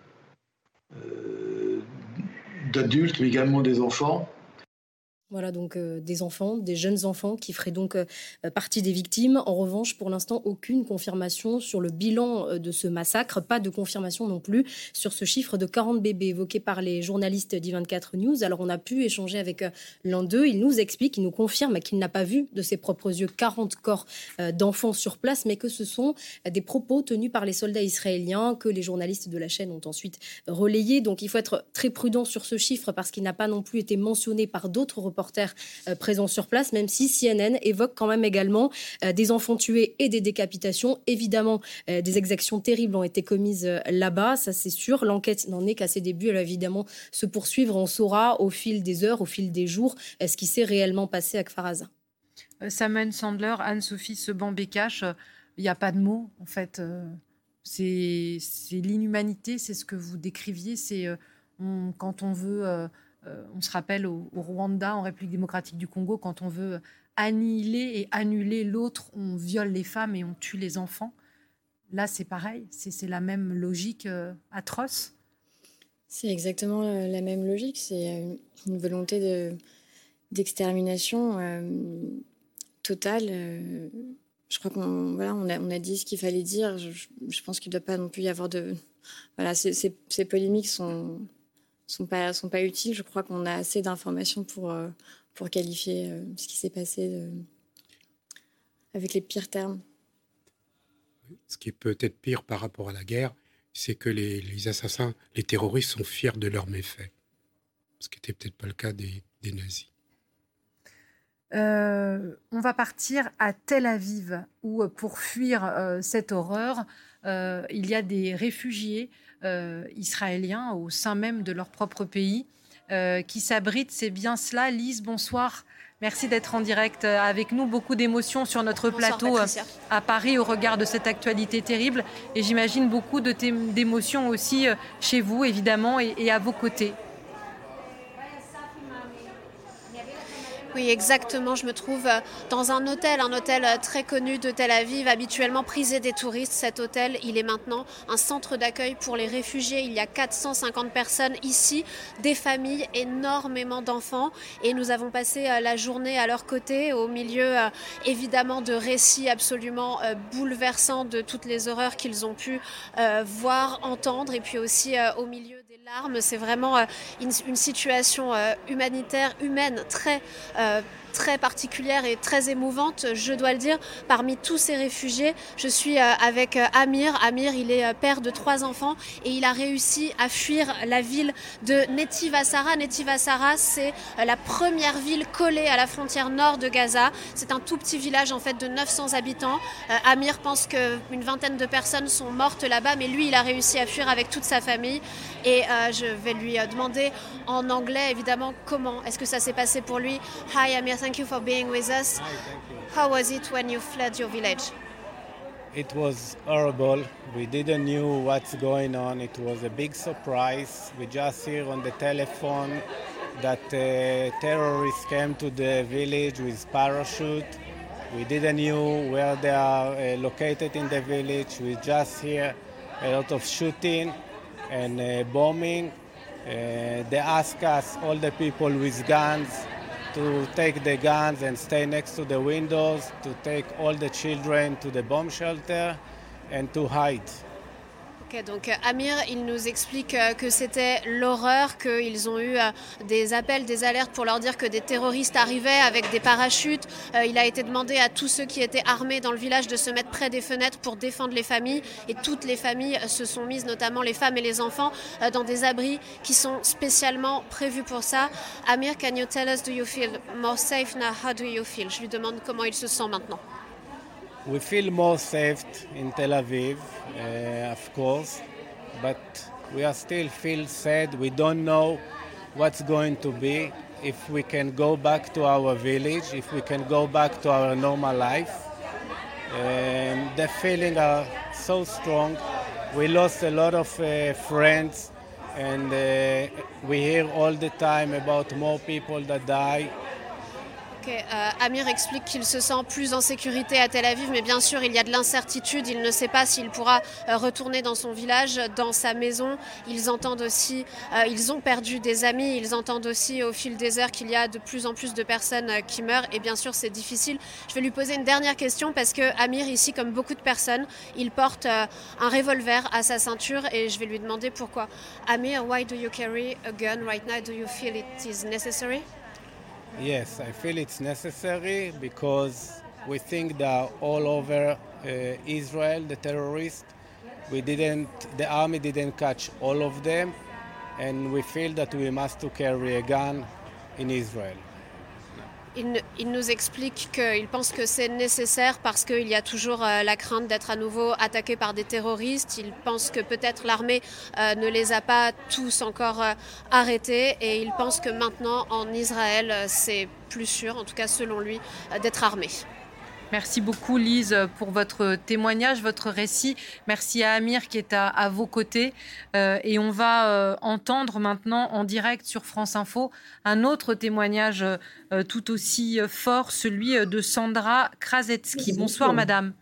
euh, d'adultes, mais également des enfants. Voilà, donc euh, des enfants, des jeunes enfants qui feraient donc euh, partie des victimes. En revanche, pour l'instant, aucune confirmation sur le bilan euh, de ce massacre. Pas de confirmation non plus sur ce chiffre de quarante bébés évoqué par les journalistes d'I vingt-quatre News. Alors, on a pu échanger avec euh, l'un d'eux. Il nous explique, il nous confirme qu'il n'a pas vu de ses propres yeux quarante corps euh, d'enfants sur place, mais que ce sont euh, des propos tenus par les soldats israéliens que les journalistes de la chaîne ont ensuite relayés. Donc, il faut être très prudent sur ce chiffre parce qu'il n'a pas non plus été mentionné par d'autres reporters Euh, présents sur place, même si C N N évoque quand même également euh, des enfants tués et des décapitations. Évidemment, euh, des exactions terribles ont été commises euh, là-bas, ça c'est sûr. L'enquête n'en est qu'à ses débuts, elle va évidemment se poursuivre. On saura au fil des heures, au fil des jours, euh, ce qui s'est réellement passé à Kfar Aza. Euh, Samuel Sandler, Anne-Sophie Seban-Bécache, il n'y a pas de mots en fait. Euh, c'est, c'est l'inhumanité, c'est ce que vous décriviez. C'est euh, on, quand on veut... Euh, Euh, on se rappelle au, au Rwanda, en République démocratique du Congo, quand on veut annihiler et annuler l'autre, on viole les femmes et on tue les enfants. Là, c'est pareil, c'est, c'est la même logique euh, atroce. C'est exactement la même logique, c'est une volonté de, d'extermination euh, totale. Euh, je crois qu'on voilà, on a, on a dit ce qu'il fallait dire. Je, je pense qu'il ne doit pas non plus y avoir de... Voilà, ces, ces, ces polémiques sont... sont pas sont pas utiles. Je crois qu'on a assez d'informations pour euh, pour qualifier euh, ce qui s'est passé de... avec les pires termes. Ce qui est peut-être pire par rapport à la guerre, c'est que les, les assassins, les terroristes sont fiers de leurs méfaits, ce qui n'était peut-être pas le cas des, des nazis. Euh, on va partir à Tel Aviv où, pour fuir euh, cette horreur, euh, il y a des réfugiés euh, israéliens au sein même de leur propre pays euh, qui s'abritent. C'est bien cela. Lise, bonsoir. Merci d'être en direct avec nous. Beaucoup d'émotions sur notre bonsoir, plateau Patricia. À Paris au regard de cette actualité terrible. Et j'imagine beaucoup de thé- d'émotions aussi chez vous, évidemment, et, et à vos côtés. Oui, exactement. Je me trouve dans un hôtel, un hôtel très connu de Tel Aviv, habituellement prisé des touristes. Cet hôtel, il est maintenant un centre d'accueil pour les réfugiés. Il y a quatre cent cinquante personnes ici, des familles, énormément d'enfants. Et nous avons passé la journée à leur côté, au milieu évidemment de récits absolument bouleversants de toutes les horreurs qu'ils ont pu voir, entendre. Et puis aussi au milieu des larmes. C'est vraiment une, une situation humanitaire, humaine, très... Euh, très particulière et très émouvante, je dois le dire. Parmi tous ces réfugiés, je suis euh, avec euh, Amir. Amir, il est euh, père de trois enfants et il a réussi à fuir la ville de Netiv Asara. Netiv Asara, c'est euh, la première ville collée à la frontière nord de Gaza. C'est un tout petit village en fait de neuf cents habitants. Euh, Amir pense qu'une vingtaine de personnes sont mortes là-bas, mais lui, il a réussi à fuir avec toute sa famille. Et euh, je vais lui euh, demander en anglais, évidemment, comment est-ce que ça s'est passé pour lui. Hi Amir, thank you for being with us. How was it when you fled your village? It was horrible. We didn't know what's going on. It was a big surprise. We just hear on the telephone that uh, terrorists came to the village with parachute. We didn't know where they are uh, located in the village. We just hear a lot of shooting and uh, bombing. Uh, they ask us, all the people with guns, to take the guns and stay next to the windows, to take all the children to the bomb shelter and to hide. Ok, donc Amir, il nous explique que c'était l'horreur, qu'ils ont eu des appels, des alertes pour leur dire que des terroristes arrivaient avec des parachutes. Il a été demandé à tous ceux qui étaient armés dans le village de se mettre près des fenêtres pour défendre les familles. Et toutes les familles se sont mises, notamment les femmes et les enfants, dans des abris qui sont spécialement prévus pour ça. Amir, can you tell us, do you feel more safe now? How do you feel? Je lui demande comment il se sent maintenant. We feel more safe in Tel Aviv, uh, of course, but we are still feel sad. We don't know what's going to be, if we can go back to our village, if we can go back to our normal life. Um, the feelings are so strong. We lost a lot of uh, friends, and uh, we hear all the time about more people that die. Okay, euh, Amir explique qu'il se sent plus en sécurité à Tel Aviv, mais bien sûr, il y a de l'incertitude. Il ne sait pas s'il pourra euh, retourner dans son village, dans sa maison. Ils entendent aussi, euh, ils ont perdu des amis. Ils entendent aussi au fil des heures qu'il y a de plus en plus de personnes euh, qui meurent. Et bien sûr, c'est difficile. Je vais lui poser une dernière question parce que Amir, ici, comme beaucoup de personnes, il porte euh, un revolver à sa ceinture et je vais lui demander pourquoi. Amir, why do you carry a gun right now? Do you feel it is necessary? Yes, I feel it's necessary because we think that all over uh, Israel, the terrorists, we didn't, the army didn't catch all of them, and we feel that we must to carry a gun in Israel. Il, il nous explique qu'il pense que c'est nécessaire parce qu'il y a toujours euh, la crainte d'être à nouveau attaqué par des terroristes. Il pense que peut-être l'armée euh, ne les a pas tous encore euh, arrêtés et il pense que maintenant en Israël euh, c'est plus sûr, en tout cas selon lui, euh, d'être armé. Merci beaucoup Lise pour votre témoignage, votre récit. Merci à Amir qui est à, à vos côtés. Euh, et on va euh, entendre maintenant en direct sur France Info un autre témoignage euh, tout aussi fort, celui de Sandra Krasetsky. Bonsoir madame.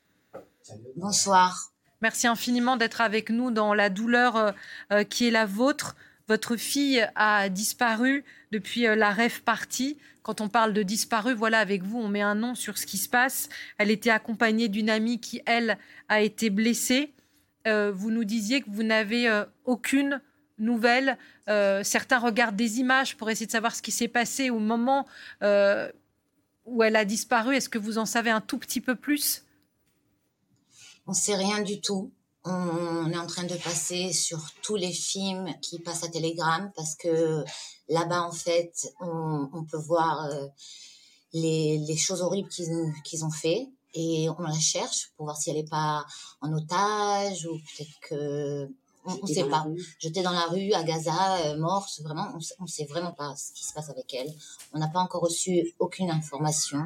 Bonsoir. Merci infiniment d'être avec nous dans la douleur euh, qui est la vôtre. Votre fille a disparu depuis euh, la rave party. Quand on parle de disparu, voilà, avec vous, on met un nom sur ce qui se passe. Elle était accompagnée d'une amie qui, elle, a été blessée. Euh, vous nous disiez que vous n'avez euh, aucune nouvelle. Euh, certains regardent des images pour essayer de savoir ce qui s'est passé au moment euh, où elle a disparu. Est-ce que vous en savez un tout petit peu plus? On ne sait rien du tout. On est en train de passer sur tous les films qui passent à Telegram parce que là-bas, en fait, on, on peut voir euh, les, les choses horribles qu'ils, qu'ils ont fait et on la cherche pour voir si elle n'est pas en otage ou peut-être que... On ne sait pas. Jetée dans la rue à Gaza, euh, morte, vraiment, on ne sait vraiment pas ce qui se passe avec elle. On n'a pas encore reçu aucune information.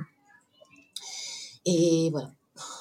Et voilà.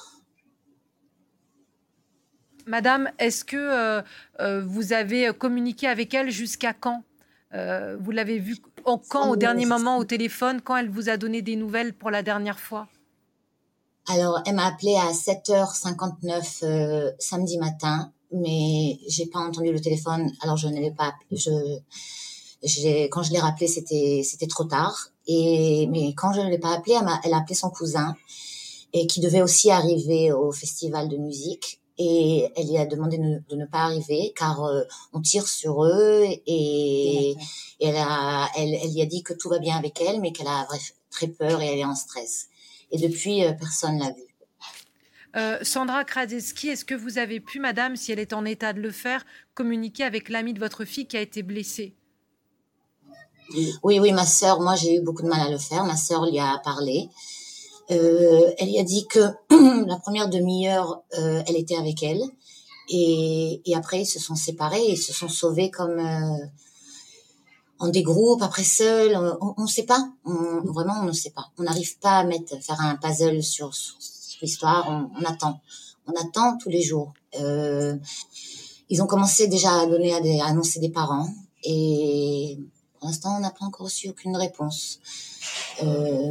Madame, est-ce que euh, euh, vous avez communiqué avec elle jusqu'à quand? euh, Vous l'avez vue au, quand, au dernier moment, au téléphone? Quand elle vous a donné des nouvelles pour la dernière fois? Alors, elle m'a appelé à sept heures cinquante-neuf euh, samedi matin, mais j'ai pas entendu le téléphone, alors je n'avais pas appelé. Je, j'ai, quand je l'ai rappelé, c'était, c'était trop tard. Et, mais quand je ne l'ai pas appelé, elle, m'a, elle a appelé son cousin, et qui devait aussi arriver au festival de musique. Et elle lui a demandé de, de ne pas arriver car euh, on tire sur eux et, et elle, a, elle, elle lui a dit que tout va bien avec elle mais qu'elle a bref, très peur et elle est en stress. Et depuis, euh, personne l'a vue. Euh, Sandra Krasetsky, est-ce que vous avez pu, madame, si elle est en état de le faire, communiquer avec l'amie de votre fille qui a été blessée? Oui, oui, ma sœur, moi j'ai eu beaucoup de mal à le faire. Ma sœur lui a parlé. Euh, elle lui a dit que la première demi-heure, euh, elle était avec elle et, et après ils se sont séparés et ils se sont sauvés comme euh, en des groupes, après seul, on ne sait pas. On, vraiment, on ne sait pas. On n'arrive pas à mettre, faire un puzzle sur, sur, sur l'histoire. On, on attend. On attend tous les jours. Euh, ils ont commencé déjà à donner, à, des, à annoncer des parents. Et pour l'instant, on n'a pas encore reçu aucune réponse. Euh,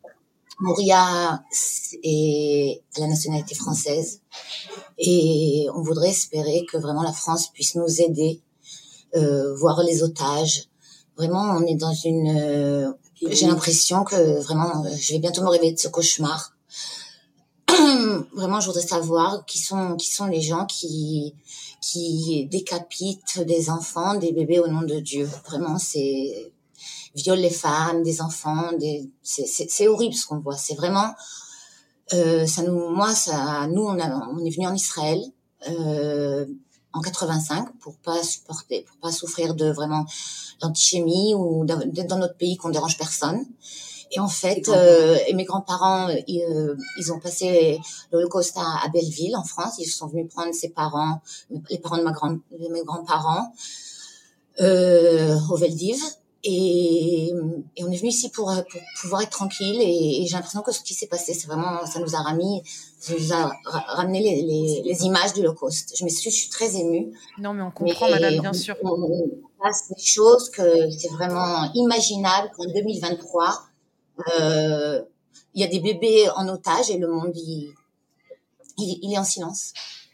Mouria est à la nationalité française. Et on voudrait espérer que vraiment la France puisse nous aider, euh, voir les otages. Vraiment, on est dans une... Euh, j'ai l'impression que vraiment, je vais bientôt me réveiller de ce cauchemar. Vraiment, je voudrais savoir qui sont qui sont les gens qui qui décapitent des enfants, des bébés au nom de Dieu. Vraiment, c'est violent les femmes, des enfants, des c'est c'est, c'est horrible ce qu'on voit. C'est vraiment euh, ça nous moi ça nous on a on est venu en Israël. Euh, en quatre-vingt-cinq pour pas supporter, pour pas souffrir de vraiment l'antisémie ou d'être dans notre pays qu'on dérange personne. Et en fait, euh, et mes grands-parents, ils, euh, ils ont passé l'Holocauste à, à Belleville, en France. Ils sont venus prendre ses parents, les parents de ma grande, de mes grands-parents, euh, au Veldiv. Et, et on est venu ici pour, pour pouvoir être tranquille. Et, et j'ai l'impression que ce qui s'est passé, c'est vraiment, ça nous a ramené, ça nous a ramené les, les, les images de l'Holocauste. Je me suis, je suis très émue. Non, mais on comprend, mais madame, bien on, sûr. On, on passe des choses que c'est vraiment imaginable qu'en deux mille vingt-trois, euh, il y a des bébés en otage et le monde, il, il, il est en silence.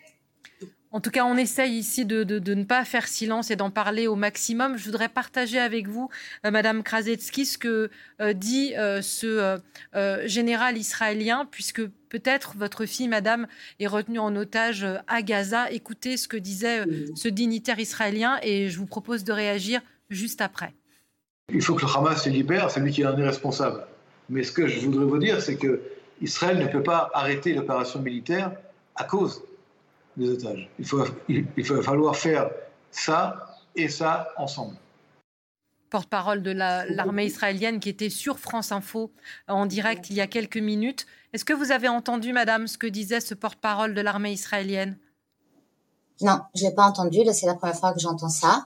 En tout cas, on essaye ici de, de, de ne pas faire silence et d'en parler au maximum. Je voudrais partager avec vous, euh, Madame Krasetsky, ce que euh, dit euh, ce euh, euh, général israélien, puisque peut-être votre fille, Madame, est retenue en otage à Gaza. Écoutez ce que disait euh, ce dignitaire israélien et je vous propose de réagir juste après. Il faut que le Hamas se libère, c'est lui qui en est responsable. Mais ce que je voudrais vous dire, c'est que Israël ne peut pas arrêter l'opération militaire à cause des otages. Il faut, il, il va falloir faire ça et ça ensemble. Porte-parole de la, l'armée israélienne qui était sur France Info en direct il y a quelques minutes. Est-ce que vous avez entendu, Madame, ce que disait ce porte-parole de l'armée israélienne? Non, je ne l'ai pas entendu. Là, c'est la première fois que j'entends ça.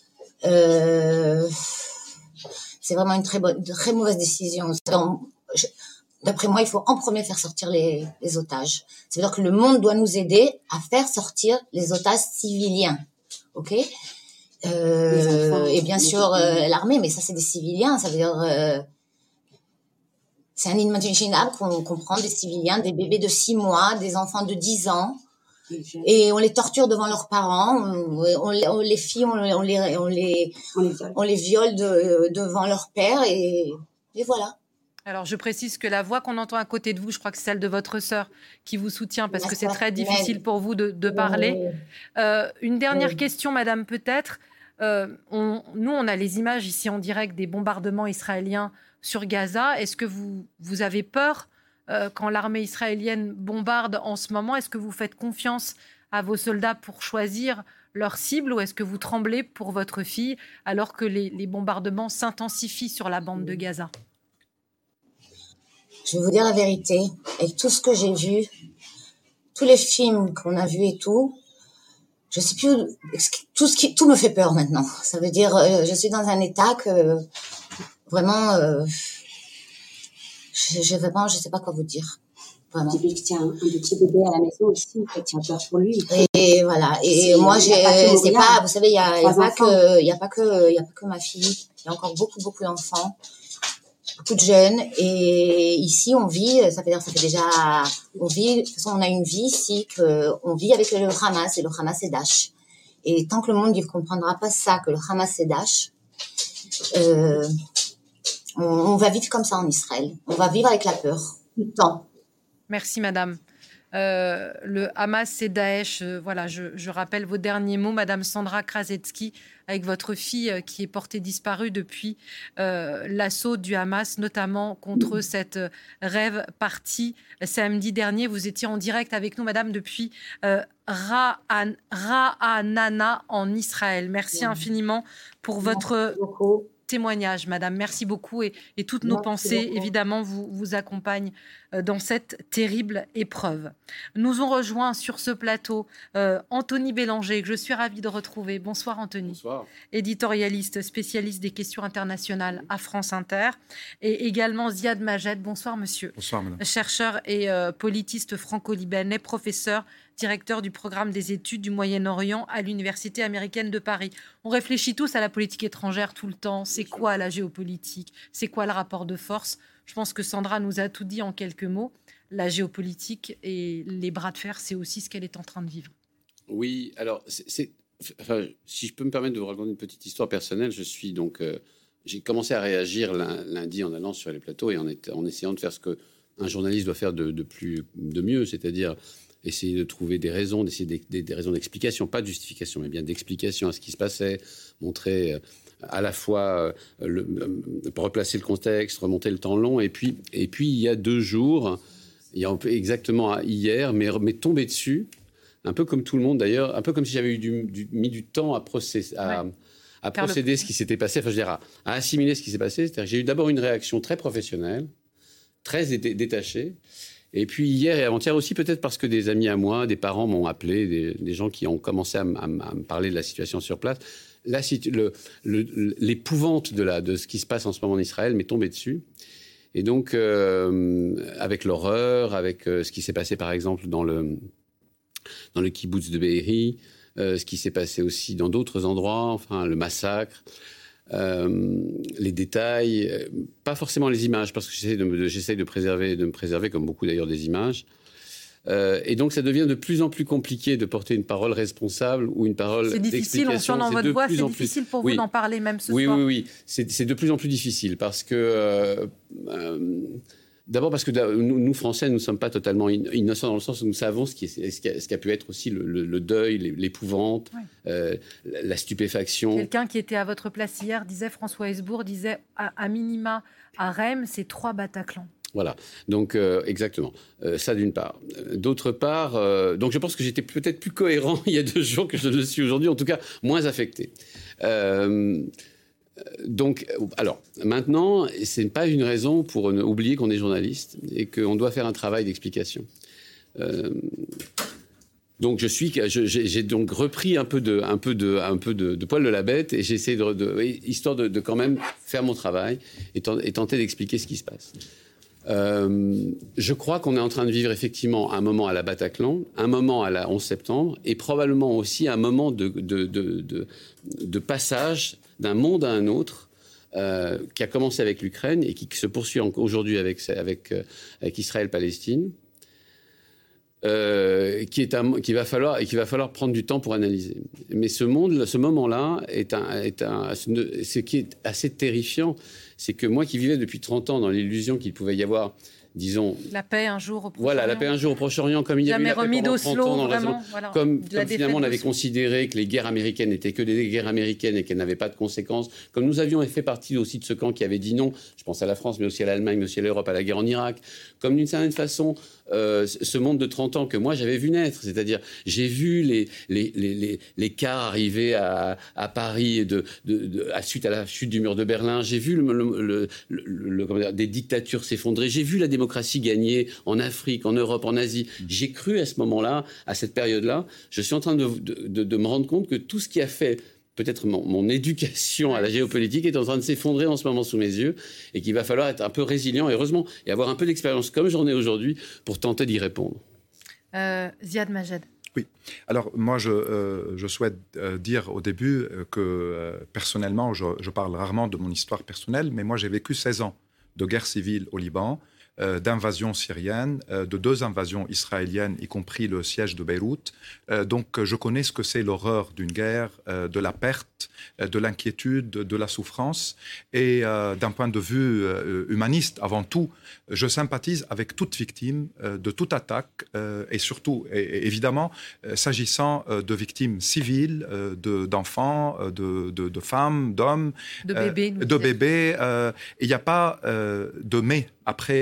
Euh, c'est vraiment une très, bonne, très mauvaise décision. Donc, je, D'après moi, il faut en premier faire sortir les, les otages. C'est-à-dire que le monde doit nous aider à faire sortir les otages civiliens. OK euh, enfants, et bien sûr, euh, l'armée, mais ça, c'est des civiliens. Ça veut dire... Euh, c'est inimaginable qu'on, qu'on prend des civiliens, des bébés de six mois, des enfants de dix ans, et on les torture devant leurs parents. On, on, on les filles, on, on, les, on, les, on les viole, on les viole de, devant leur père, et, et voilà. Alors, je précise que la voix qu'on entend à côté de vous, je crois que c'est celle de votre sœur qui vous soutient parce que c'est très difficile pour vous de, de parler. Euh, une dernière oui. question, Madame, peut-être. Euh, on, nous, on a les images ici en direct des bombardements israéliens sur Gaza. Est-ce que vous, vous avez peur euh, quand l'armée israélienne bombarde en ce moment? Est-ce que vous faites confiance à vos soldats pour choisir leur cible ou est-ce que vous tremblez pour votre fille alors que les, les bombardements s'intensifient sur la bande de Gaza? Je vais vous dire la vérité, avec tout ce que j'ai vu, tous les films qu'on a vus et tout, je sais plus où, tout ce qui, tout me fait peur maintenant. Ça veut dire, euh, je suis dans un état que vraiment, euh, je, je vraiment, je sais pas quoi vous dire. Vraiment. J'ai vu que tiens un petit bébé à la maison aussi, en fait, tiens peur pour lui. Et voilà. Et c'est, moi, j'ai, c'est pas, vous savez, il y a, y a pas que, il y a pas que, il y a pas que ma fille. Il y a encore beaucoup, beaucoup d'enfants. Beaucoup de jeunes, et ici on vit, ça veut dire ça fait déjà, on vit, de toute façon on a une vie ici, que on vit avec le Hamas, et le Hamas c'est Daesh. Et tant que le monde ne comprendra pas ça, que le Hamas c'est Daesh, euh, on, on va vivre comme ça en Israël. On va vivre avec la peur, tout le temps. Merci Madame. Euh, le Hamas, c'est Daesh. Euh, voilà, je, je rappelle vos derniers mots, Madame Sandra Krasetsky, avec votre fille euh, qui est portée disparue depuis euh, l'assaut du Hamas, notamment contre cette euh, rêve partie euh, samedi dernier. Vous étiez en direct avec nous, Madame, depuis euh, Ra'anana en Israël. Merci mmh. infiniment pour votre, témoignage, Madame. Merci beaucoup et, et toutes nos Merci pensées, beaucoup. évidemment, vous, vous accompagnent euh, dans cette terrible épreuve. Nous ont rejoint sur ce plateau euh, Anthony Bélanger, que je suis ravie de retrouver. Bonsoir Anthony. Bonsoir. Éditorialiste, spécialiste des questions internationales à France Inter. Et également Ziad Majed. Bonsoir monsieur. Bonsoir madame. Chercheur et euh, politiste franco-libanais, professeur, directeur du programme des études du Moyen-Orient à l'Université américaine de Paris. On réfléchit tous à la politique étrangère tout le temps. C'est quoi la géopolitique? C'est quoi le rapport de force? Je pense que Sandra nous a tout dit en quelques mots. La géopolitique et les bras de fer, c'est aussi ce qu'elle est en train de vivre. Oui, alors, c'est, c'est, enfin, si je peux me permettre de vous raconter une petite histoire personnelle, je suis donc... Euh, j'ai commencé à réagir lundi en allant sur les plateaux et en, est, en essayant de faire ce qu'un journaliste doit faire de, de, plus, de mieux, c'est-à-dire essayer de trouver des raisons, d'essayer des, des, des raisons d'explication, pas de justification, mais bien d'explication à ce qui se passait, montrer euh, à la fois euh, le, euh, replacer le contexte, remonter le temps long, et puis, et puis il y a deux jours, il y a exactement hier, mais, mais tombé dessus, un peu comme tout le monde d'ailleurs, un peu comme si j'avais eu du, du, mis du temps à processer... À, ouais. à procéder le... ce qui s'était passé, enfin je dirais, à, à assimiler ce qui s'est passé. C'est-à-dire que j'ai eu d'abord une réaction très professionnelle, très dé- détachée. Et puis hier et avant-hier aussi, peut-être parce que des amis à moi, des parents m'ont appelé, des, des gens qui ont commencé à, m- à, m- à me parler de la situation sur place. La, le, le, l'épouvante de, la, de ce qui se passe en ce moment en Israël m'est tombée dessus. Et donc, euh, avec l'horreur, avec euh, ce qui s'est passé par exemple dans le, dans le kibbutz de Be'eri, Euh, ce qui s'est passé aussi dans d'autres endroits, enfin le massacre, euh, les détails, euh, pas forcément les images, parce que j'essaie de me, de, j'essaie de, préserver, de me préserver, comme beaucoup d'ailleurs, des images. Euh, et donc ça devient de plus en plus compliqué de porter une parole responsable ou une parole d'explication. C'est difficile, on sent dans votre voix, c'est difficile plus... pour vous oui. d'en parler même ce oui, soir. Oui, oui, oui. C'est, c'est de plus en plus difficile parce que... Euh, euh, D'abord parce que nous, nous, Français, nous ne sommes pas totalement innocents dans le sens où nous savons ce qui, est, ce qui, a, ce qui a pu être aussi le, le, le deuil, l'épouvante, ouais. euh, la, la stupéfaction. Quelqu'un qui était à votre place hier disait, François Hesbourg disait, à, à minima, à Rem, c'est trois Bataclans. Voilà, donc euh, exactement, euh, ça d'une part. D'autre part, euh, donc je pense que j'étais peut-être plus cohérent il y a deux jours que je le suis aujourd'hui, en tout cas moins affecté. Euh, Donc, alors, maintenant, ce n'est pas une raison pour oublier qu'on est journaliste et qu'on doit faire un travail d'explication. Euh, donc, je suis, je, j'ai, j'ai donc repris un peu de, un peu de, un peu de, de poil de la bête et j'ai essayé de, de histoire de, de quand même faire mon travail et, t- et tenter d'expliquer ce qui se passe. Euh, je crois qu'on est en train de vivre effectivement un moment à la Bataclan, un moment à la onze septembre et probablement aussi un moment de, de, de, de, de passage d'un monde à un autre euh, qui a commencé avec l'Ukraine et qui se poursuit aujourd'hui avec, avec, avec Israël-Palestine, euh, qui, est un, qui, va falloir, et qui va falloir prendre du temps pour analyser. Mais ce, monde, ce moment-là, est un, est un, ce qui est assez terrifiant, c'est que moi qui vivais depuis trente ans dans l'illusion qu'il pouvait y avoir, disons... La paix un jour au Proche-Orient. Voilà, la paix un jour au Proche-Orient, comme il y a eu la paix pendant trente ans dans vraiment, voilà, comme, comme finalement on avait considéré que les guerres américaines n'étaient que des guerres américaines et qu'elles n'avaient pas de conséquences, comme nous avions fait partie aussi de ce camp qui avait dit non, je pense à la France, mais aussi à l'Allemagne, mais aussi à l'Europe, à la guerre en Irak, comme d'une certaine façon, euh, ce monde de trente ans que moi j'avais vu naître, c'est-à-dire j'ai vu les, les, les, les, les cars arriver à, à Paris de, de, de, à, suite à la chute du mur de Berlin, j'ai vu le, le, le, le, le, comment dire, des dictatures s'effondrer, j'ai vu la démocratie gagner en Afrique, en Europe, en Asie. J'ai cru à ce moment-là, à cette période-là, je suis en train de, de, de, de me rendre compte que tout ce qui a fait peut-être mon, mon éducation à la géopolitique est en train de s'effondrer en ce moment sous mes yeux et qu'il va falloir être un peu résilient, heureusement, et avoir un peu d'expérience comme j'en ai aujourd'hui pour tenter d'y répondre. Euh, Ziad Majed. Oui. Alors, moi, je, euh, je souhaite euh, dire au début euh, que, euh, personnellement, je, je parle rarement de mon histoire personnelle, mais moi, j'ai vécu seize ans de guerre civile au Liban, Euh, d'invasion syrienne, euh, de deux invasions israéliennes, y compris le siège de Beyrouth. Euh, donc, euh, je connais ce que c'est l'horreur d'une guerre, euh, de la perte, euh, de l'inquiétude, de, de la souffrance. Et euh, d'un point de vue euh, humaniste, avant tout, je sympathise avec toute victime euh, de toute attaque euh, et surtout, et, et évidemment, euh, s'agissant euh, de victimes civiles, euh, de, d'enfants, euh, de, de, de femmes, d'hommes, de bébés. Euh, de bébés. Il n'y a pas euh, de mais après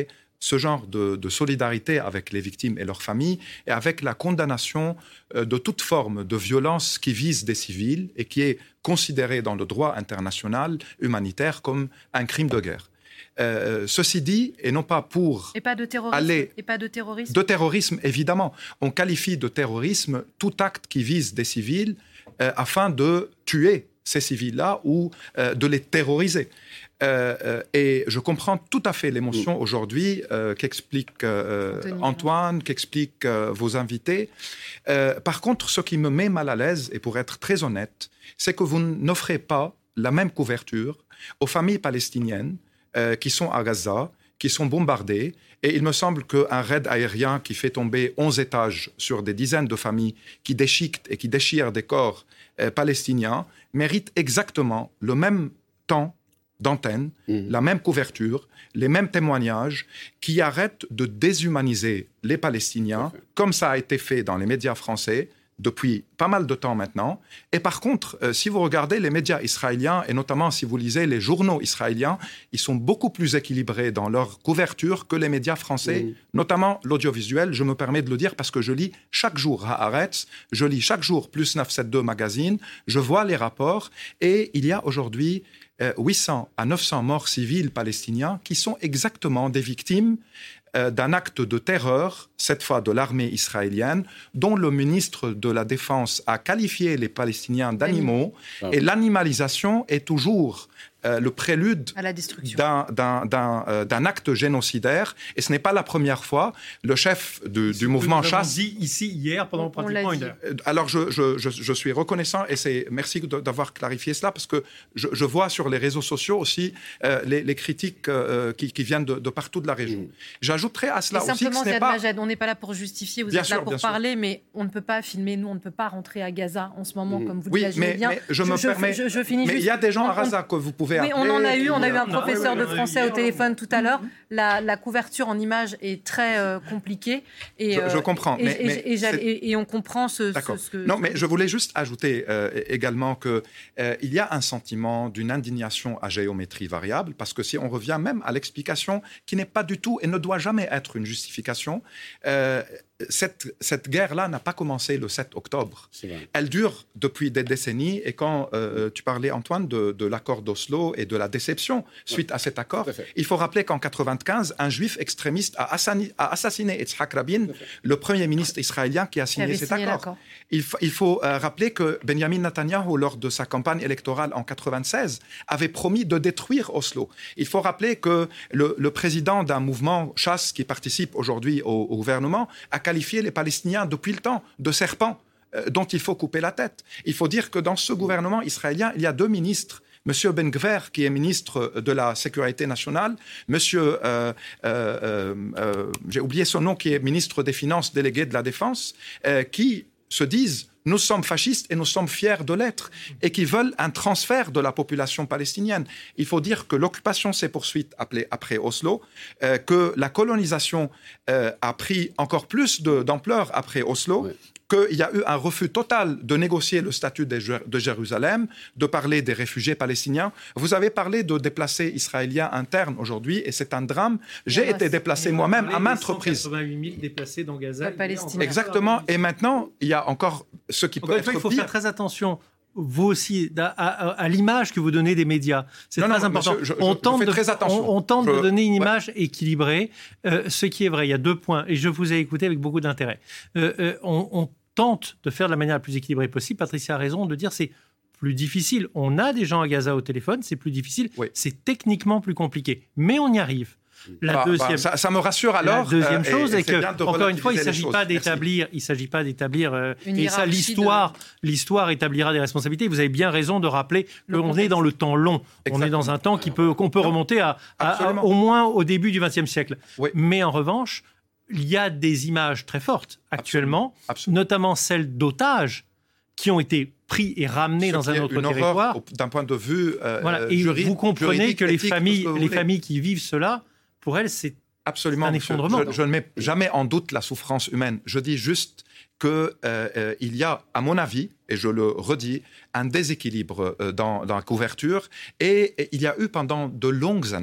ce genre de, de solidarité avec les victimes et leurs familles et avec la condamnation euh, de toute forme de violence qui vise des civils et qui est considérée dans le droit international humanitaire comme un crime de guerre. Euh, ceci dit, et non pas pour et pas de terrorisme, aller... Et pas de terrorisme. De terrorisme, évidemment. On qualifie de terrorisme tout acte qui vise des civils euh, afin de tuer ces civils-là ou euh, de les terroriser. Euh, euh, et je comprends tout à fait l'émotion aujourd'hui euh, qu'explique euh, Antoine, qu'expliquent euh, vos invités. Euh, par contre, ce qui me met mal à l'aise, et pour être très honnête, c'est que vous n'offrez pas la même couverture aux familles palestiniennes euh, qui sont à Gaza, qui sont bombardées. Et il me semble qu'un raid aérien qui fait tomber onze étages sur des dizaines de familles, qui déchiquetent et qui déchirent des corps euh, palestiniens, mérite exactement le même temps d'antenne, mmh. la même couverture, les mêmes témoignages, qui arrêtent de déshumaniser les Palestiniens, comme ça a été fait dans les médias français depuis pas mal de temps maintenant. Et par contre, euh, si vous regardez les médias israéliens, et notamment si vous lisez les journaux israéliens, ils sont beaucoup plus équilibrés dans leur couverture que les médias français, mmh. notamment l'audiovisuel. Je me permets de le dire parce que je lis chaque jour Haaretz, je lis chaque jour Plus neuf cent soixante-douze Magazine, je vois les rapports, et il y a aujourd'hui huit cents à neuf cents morts civils palestiniens qui sont exactement des victimes euh, d'un acte de terreur, cette fois de l'armée israélienne, dont le ministre de la Défense a qualifié les Palestiniens d'animaux. Ah oui. Et l'animalisation est toujours euh, le prélude à la destruction. D'un, d'un, d'un, euh, d'un acte génocidaire. Et ce n'est pas la première fois. Le chef de, du mouvement Chasse... dit ici, hier, pendant pratiquement une heure. Alors, je, je, je, je suis reconnaissant, et c'est, merci d'avoir clarifié cela, parce que je, je vois sur les réseaux sociaux aussi euh, les, les critiques euh, qui, qui viennent de, de partout de la région. Mmh. J'ajouterais à cela et aussi que ce n'est Ziad pas... Majed, on n'est pas là pour justifier, vous bien êtes sûr, là pour parler, sûr. mais on ne peut pas filmer, nous, on ne peut pas rentrer à Gaza en ce moment, mmh. comme vous oui, l'imaginez bien. Mais je, je me je, permets... Je, je finis mais il juste... y a des gens à Gaza que vous pouvez oui, appeler... on en a eu, on a eu un non, professeur oui, de oui, français oui, au téléphone tout à l'heure. La, la couverture en images est très euh, compliquée. Et, je, je comprends. Et, mais, et, mais et, et, et on comprend ce, ce, ce que... Non, mais je voulais juste ajouter euh, également qu'il euh, y a un sentiment d'une indignation à géométrie variable, parce que si on revient même à l'explication qui n'est pas du tout et ne doit jamais être une justification, euh, cette, cette guerre-là n'a pas commencé le sept octobre. Elle dure depuis des décennies. Et quand euh, tu parlais, Antoine, de, de l'accord d'Oslo et de la déception suite à cet accord, il faut rappeler qu'en quatre-vingt-quinze, un juif extrémiste a assassiné, a assassiné Yitzhak Rabin, le premier ministre israélien qui a signé qui cet signé accord. Il, il faut euh, rappeler que Benjamin Netanyahu, lors de sa campagne électorale en quatre-vingt-seize, avait promis de détruire Oslo. Il faut rappeler que le, le président d'un mouvement Chasse qui participe aujourd'hui au, au gouvernement a qualifié les Palestiniens depuis le temps de serpents euh, dont il faut couper la tête. Il faut dire que dans ce gouvernement israélien, il y a deux ministres. Monsieur Ben-Gvir, qui est ministre de la Sécurité nationale, Monsieur, euh, euh, euh, j'ai oublié son nom, qui est ministre des Finances délégué de la Défense, euh, qui se disent « nous sommes fascistes et nous sommes fiers de l'être » et qui veulent un transfert de la population palestinienne. Il faut dire que l'occupation s'est poursuivie après Oslo, euh, que la colonisation euh, a pris encore plus de, d'ampleur après Oslo, oui. qu'il y a eu un refus total de négocier le statut de, de Jérusalem, de parler des réfugiés palestiniens. Vous avez parlé de déplacés israéliens internes aujourd'hui, et c'est un drame. J'ai été déplacé moi-même à maintes reprises. cent quatre-vingt-huit mille déplacés dans Gaza. Exactement. Et maintenant, il y a encore ce qui peut encore être fois, il faut pire. faire très attention. Vous aussi, à, à, à l'image que vous donnez des médias. C'est non, très non, important. Monsieur, je, on je, tente, je de, très attention. On, on tente je... de donner une image ouais. équilibrée. Euh, ce qui est vrai, il y a deux points, et je vous ai écouté avec beaucoup d'intérêt. Euh, euh, on, on tente de faire de la manière la plus équilibrée possible. Patricia a raison de dire c'est plus difficile. On a des gens à Gaza au téléphone, c'est plus difficile. Oui. C'est techniquement plus compliqué. Mais on y arrive. La bah, deuxième, bah, ça, ça me rassure alors. La deuxième euh, chose et, est que, encore une fois, il ne s'agit pas d'établir, il s'agit pas d'établir, euh, et ça, l'histoire, de... l'histoire établira des responsabilités. Vous avez bien raison de rappeler qu'on est dans le temps long. Exactement. On est dans un temps qui peut, qu'on peut non. remonter à, à, à, au moins au début du vingtième siècle. Oui. Mais en revanche, il y a des images très fortes actuellement, Absolument. Absolument. notamment celles d'otages qui ont été pris et ramenés Ce dans un autre territoire. D'un point de vue euh, voilà. Et juridique, vous comprenez que les éthique, familles, que les familles qui vivent cela, pour elles, c'est absolument un effondrement. Je, je, je ne mets jamais en doute la souffrance humaine. Je dis juste qu'il euh, euh, y a, à mon avis, et je le redis, un déséquilibre euh, dans, dans la couverture. Et, et il y a eu pendant de longues années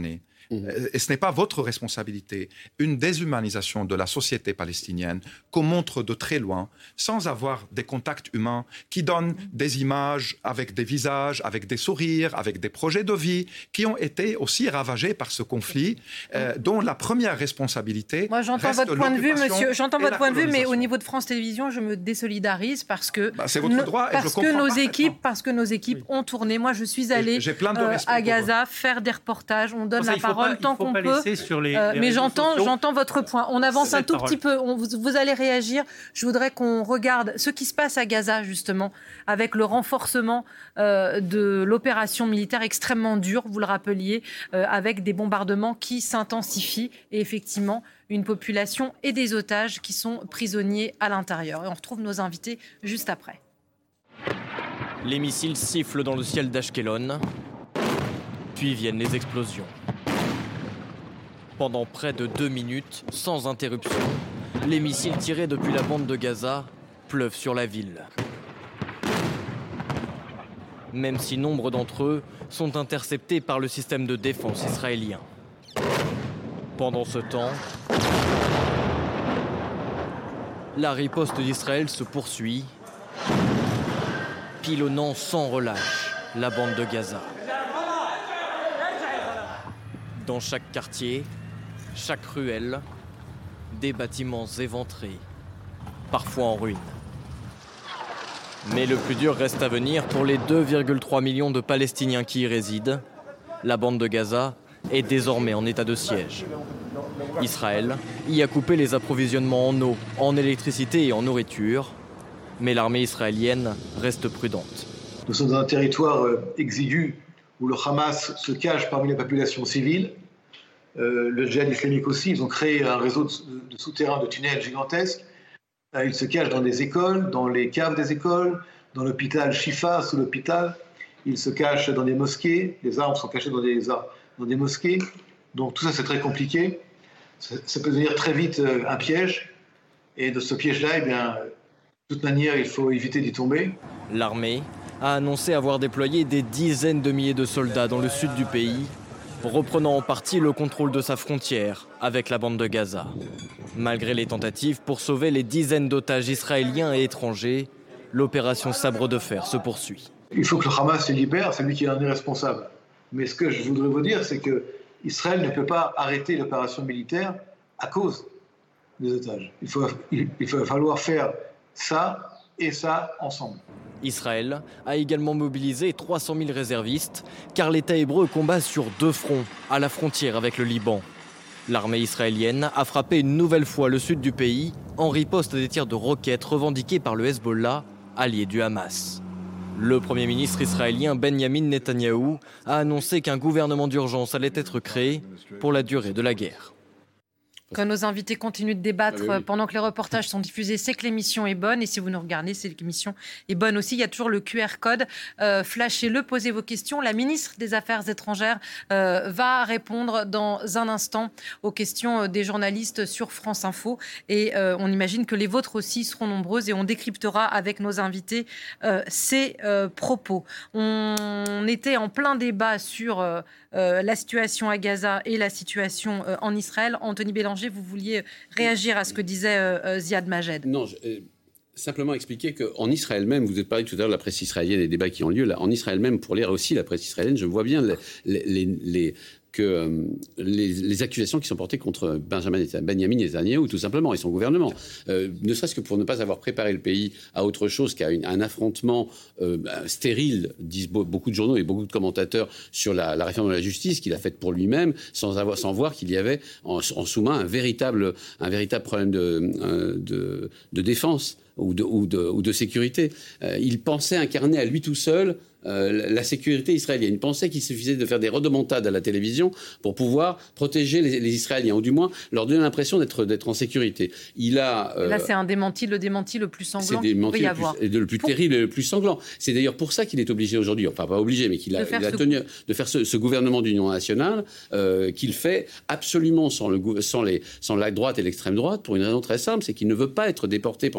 Mmh. Et ce n'est pas votre responsabilité. Une déshumanisation de la société palestinienne qu'on montre de très loin, sans avoir des contacts humains, qui donnent des images avec des visages, avec des sourires, avec des projets de vie, qui ont été aussi ravagés par ce conflit, euh, dont la première responsabilité. Moi, j'entends reste votre point de vue, monsieur. J'entends votre point de vue, mais au niveau de France Télévisions, je me désolidarise parce que bah, c'est votre droit, et parce je comprends que nos parfaitement. équipes, parce que nos équipes ont tourné. Moi, je suis allée euh, à Gaza faire des reportages. On donne ça, la parole pas, tant qu'on peut. Sur les, euh, les mais j'entends, j'entends votre point. On avance un tout parole. petit peu. On, vous, vous allez réagir. Je voudrais qu'on regarde ce qui se passe à Gaza justement, avec le renforcement euh, de l'opération militaire extrêmement dure. Vous le rappeliez, euh, avec des bombardements qui s'intensifient et effectivement une population et des otages qui sont prisonniers à l'intérieur. Et on retrouve nos invités juste après. Les missiles sifflent dans le ciel d'Ashkelon, puis viennent les explosions. Pendant près de deux minutes, sans interruption, les missiles tirés depuis la bande de Gaza pleuvent sur la ville. Même si nombre d'entre eux sont interceptés par le système de défense israélien. Pendant ce temps, la riposte d'Israël se poursuit, pilonnant sans relâche la bande de Gaza. Dans chaque quartier, chaque ruelle, des bâtiments éventrés, parfois en ruine. Mais le plus dur reste à venir pour les deux virgule trois millions de Palestiniens qui y résident. La bande de Gaza est désormais en état de siège. Israël y a coupé les approvisionnements en eau, en électricité et en nourriture. Mais l'armée israélienne reste prudente. Nous sommes dans un territoire exigu où le Hamas se cache parmi les populations civiles. Euh, le djihad islamique aussi, ils ont créé un réseau de, de souterrains, de tunnels gigantesques. Euh, ils se cachent dans des écoles, dans les caves des écoles, dans l'hôpital Shifa, sous l'hôpital. Ils se cachent dans des mosquées. Les armes sont cachées dans des, dans des mosquées. Donc tout ça, c'est très compliqué. Ça, ça peut devenir très vite euh, un piège. Et de ce piège-là, eh bien, de toute manière, il faut éviter d'y tomber. L'armée a annoncé avoir déployé des dizaines de milliers de soldats dans le sud du pays, reprenant en partie le contrôle de sa frontière avec la bande de Gaza. Malgré les tentatives pour sauver les dizaines d'otages israéliens et étrangers, l'opération Sabre de Fer se poursuit. Il faut que le Hamas se libère, c'est lui qui en est responsable. Mais ce que je voudrais vous dire, c'est qu'Israël ne peut pas arrêter l'opération militaire à cause des otages. Il faut, il, il va falloir faire ça et ça ensemble. Israël a également mobilisé trois cent mille réservistes, car l'État hébreu combat sur deux fronts, à la frontière avec le Liban. L'armée israélienne a frappé une nouvelle fois le sud du pays, en riposte des tirs de roquettes revendiqués par le Hezbollah, allié du Hamas. Le Premier ministre israélien Benjamin Netanyahou a annoncé qu'un gouvernement d'urgence allait être créé pour la durée de la guerre. Quand nos invités continuent de débattre Ah oui, oui. pendant que les reportages sont diffusés, c'est que l'émission est bonne. Et si vous nous regardez, c'est que l'émission est bonne aussi. Il y a toujours le Q R code. Euh, flashez-le, posez vos questions. La ministre des Affaires étrangères euh, va répondre dans un instant aux questions des journalistes sur France Info. Et euh, on imagine que les vôtres aussi seront nombreuses. Et on décryptera avec nos invités euh, ces euh, propos. On était en plein débat sur euh, euh, la situation à Gaza et la situation euh, en Israël. Anthony Bélanger, vous vouliez réagir à ce que disait euh, Ziad Majed. Non, je, euh, simplement expliquer qu'en Israël même, vous avez parlé tout à l'heure de la presse israélienne et des débats qui ont lieu là. En Israël même, pour lire aussi la presse israélienne, je vois bien les, les, les, les que euh, les, les accusations qui sont portées contre Benjamin Benjamin Netanyahou, tout simplement, et son gouvernement, euh, ne serait-ce que pour ne pas avoir préparé le pays à autre chose qu'à une, un affrontement euh, stérile, disent beaucoup de journaux et beaucoup de commentateurs, sur la, la réforme de la justice qu'il a faite pour lui-même, sans, avoir, sans voir qu'il y avait en, en sous-main un véritable, un véritable problème de, euh, de, de défense ou de, ou de, ou de sécurité. Euh, il pensait incarner à lui tout seul Euh, la sécurité israélienne. Il pensait qu'il suffisait de faire des rodomontades à la télévision pour pouvoir protéger les, les Israéliens, ou du moins leur donner l'impression d'être, d'être en sécurité. Il a, euh, Là, c'est un démenti, le démenti le plus sanglant qu'il peut y le avoir. plus, le plus pour... terrible et le plus sanglant. C'est d'ailleurs pour ça qu'il est obligé aujourd'hui, enfin pas obligé, mais qu'il a, il a ce... tenu de faire ce, ce gouvernement d'union nationale euh, qu'il fait absolument sans, le, sans, les, sans la droite et l'extrême droite, pour une raison très simple, c'est qu'il ne veut pas être déporté pendant cette période où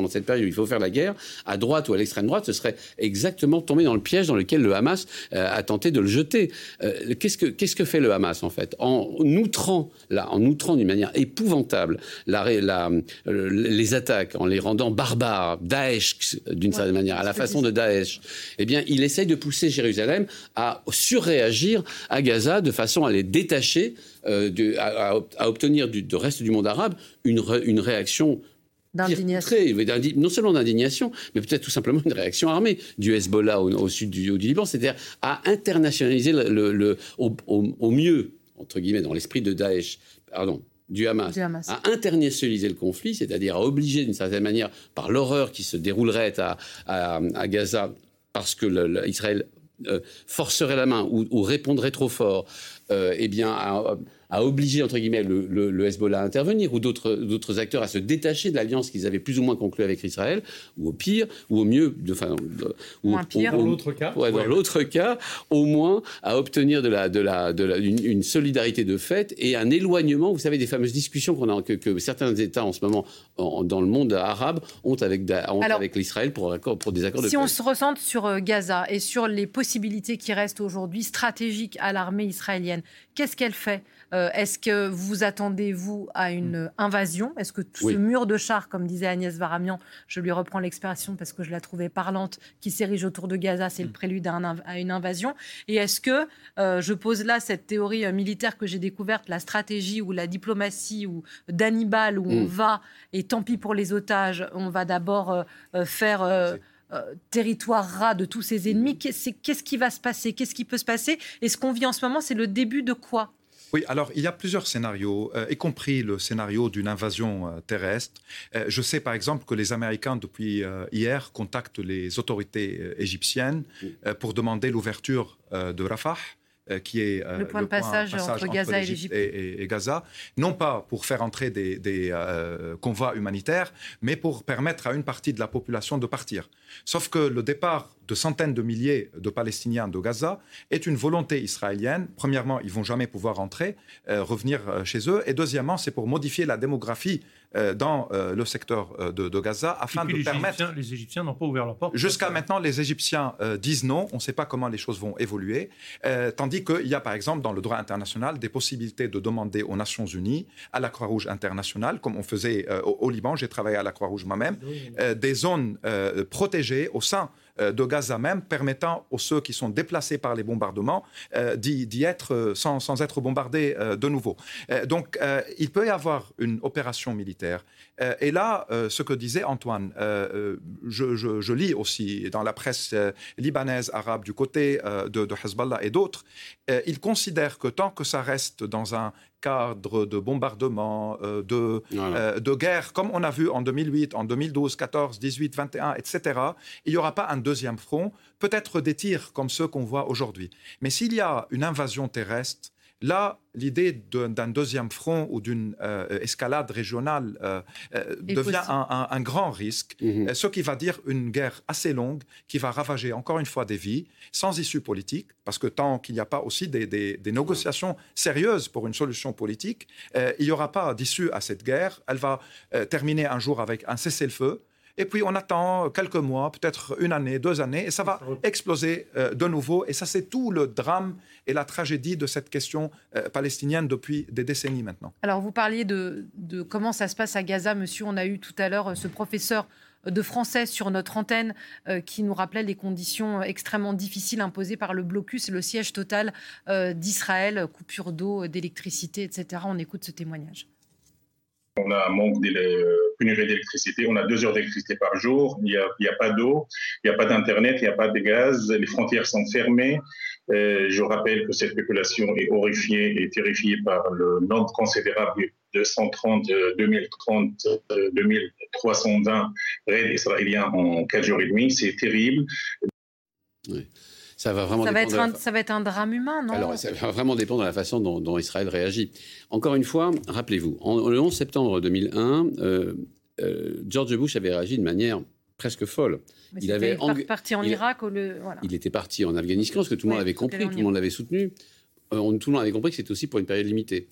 il faut faire la guerre, à droite ou à l'extrême droite, ce serait exactement tomber dans le piège dans lequel le Hamas euh, a tenté de le jeter. Euh, qu'est-ce que, qu'est-ce que fait le Hamas, en fait? En outrant, là, en outrant d'une manière épouvantable la, la, euh, les attaques, en les rendant barbares, Daesh, d'une ouais, certaine manière, à la façon de Daesh, eh bien, il essaye de pousser Jérusalem à surréagir à Gaza de façon à les détacher, euh, de, à, à obtenir du de reste du monde arabe une, une réaction d'indignation. Non seulement d'indignation, mais peut-être tout simplement une réaction armée du Hezbollah au, au sud du, du Liban, c'est-à-dire à internationaliser le, le, le, au, au, au mieux, entre guillemets, dans l'esprit de Daesh, pardon, du Hamas, du Hamas, à internationaliser le conflit, c'est-à-dire à obliger d'une certaine manière, par l'horreur qui se déroulerait à, à, à Gaza, parce que le, le, Israël euh, forcerait la main ou, ou répondrait trop fort, euh, eh bien, à, à obliger, entre guillemets, le, le, le Hezbollah à intervenir, ou d'autres, d'autres acteurs à se détacher de l'alliance qu'ils avaient plus ou moins conclue avec Israël, ou au pire, ou au mieux, de, enfin, de, ou au pire, au, dans l'autre cas, ouais, dans ouais. l'autre cas, au moins à obtenir de la, de la, de la, une, une solidarité de fait et un éloignement, vous savez, des fameuses discussions qu'on a, que, que certains États en ce moment en, dans le monde arabe ont avec, ont Alors, avec l'Israël pour, pour des accords de si paix. Si on se recentre sur Gaza et sur les possibilités qui restent aujourd'hui stratégiques à l'armée israélienne, qu'est-ce qu'elle fait? Euh, est-ce que vous attendez, vous, à une invasion? Est-ce que tout oui. ce mur de chars, comme disait Agnès Varamian, je lui reprends l'expression parce que je la trouvais parlante, qui s'érige autour de Gaza, c'est le prélude à, un, à une invasion? Et est-ce que, euh, je pose là cette théorie euh, militaire que j'ai découverte, la stratégie ou la diplomatie ou d'Hannibal, où mm. on va, et tant pis pour les otages, on va d'abord euh, euh, faire... Euh, Euh, territoire ras de tous ses ennemis. Qu'est-ce, qu'est-ce qui va se passer? Qu'est-ce qui peut se passer? Et ce qu'on vit en ce moment, c'est le début de quoi? Oui, alors il y a plusieurs scénarios, euh, y compris le scénario d'une invasion euh, terrestre. Euh, je sais par exemple que les Américains, depuis euh, hier, contactent les autorités euh, égyptiennes euh, pour demander l'ouverture euh, de Rafah, qui est euh, le point le de passage, passage entre, entre Gaza et l'Égypte. Et, et, et Gaza, non pas pour faire entrer des, des euh, convois humanitaires, mais pour permettre à une partie de la population de partir. Sauf que le départ de centaines de milliers de Palestiniens de Gaza est une volonté israélienne. Premièrement, ils ne vont jamais pouvoir rentrer, euh, revenir chez eux. Et deuxièmement, c'est pour modifier la démographie euh, dans euh, le secteur euh, de, de Gaza afin de les permettre... Égyptiens, les Égyptiens n'ont pas ouvert leur porte. Jusqu'à maintenant, les Égyptiens euh, disent non. On ne sait pas comment les choses vont évoluer. Euh, tandis qu'il y a, par exemple, dans le droit international, des possibilités de demander aux Nations Unies, à la Croix-Rouge internationale, comme on faisait euh, au, au Liban, j'ai travaillé à la Croix-Rouge moi-même, euh, des zones euh, protégées au sein de Gaza même, permettant aux ceux qui sont déplacés par les bombardements euh, d'y, d'y être euh, sans, sans être bombardés euh, de nouveau. Euh, donc, euh, il peut y avoir une opération militaire. Euh, et là, euh, ce que disait Antoine, euh, je, je, je lis aussi dans la presse euh, libanaise, arabe, du côté euh, de, de Hezbollah et d'autres, euh, ils considèrent que tant que ça reste dans un cadre de bombardement, euh, de, voilà. euh, de guerre, comme on a vu en deux mille huit, en deux mille douze, quatorze, dix-huit, vingt et un, et cetera, il n'y aura pas un deuxième front, peut-être des tirs comme ceux qu'on voit aujourd'hui. Mais s'il y a une invasion terrestre, là, l'idée de, d'un deuxième front ou d'une euh, escalade régionale euh, euh, devient un, un, un grand risque, mmh. euh, ce qui va dire une guerre assez longue qui va ravager encore une fois des vies, sans issue politique, parce que tant qu'il n'y a pas aussi des, des, des négociations sérieuses pour une solution politique, euh, il n'y aura pas d'issue à cette guerre. Elle va euh, terminer un jour avec un cessez-le-feu. Et puis, on attend quelques mois, peut-être une année, deux années, et ça va exploser euh, de nouveau. Et ça, c'est tout le drame et la tragédie de cette question euh, palestinienne depuis des décennies maintenant. Alors, vous parliez de, de comment ça se passe à Gaza, monsieur. On a eu tout à l'heure ce professeur de français sur notre antenne euh, qui nous rappelait les conditions extrêmement difficiles imposées par le blocus et le siège total euh, d'Israël, coupure d'eau, d'électricité, et cetera. On écoute ce témoignage. On a un manque de pénurie d'électricité. On a deux heures d'électricité par jour. Il n'y a, il y a pas d'eau, il n'y a pas d'Internet, il n'y a pas de gaz. Les frontières sont fermées. Euh, je rappelle que cette population est horrifiée et terrifiée par le nombre considérable de cent trente, deux mille trente, deux mille trois cent vingt raids israéliens en quatre jours et demi. C'est terrible. Oui. Ça va vraiment ça va, être un, la... ça va être un drame humain, non? Alors, ça va vraiment dépendre de la façon dont, dont Israël réagit. Encore une fois, rappelez-vous, en, le onze septembre deux mille un, euh, euh, George Bush avait réagi de manière presque folle. Mais il avait en... parti en il... Irak ou le... voilà. Il était parti en Afghanistan, ce que tout le monde ouais, avait compris, tout le monde l'avait soutenu. Euh, tout le monde avait compris que c'était aussi pour une période limitée.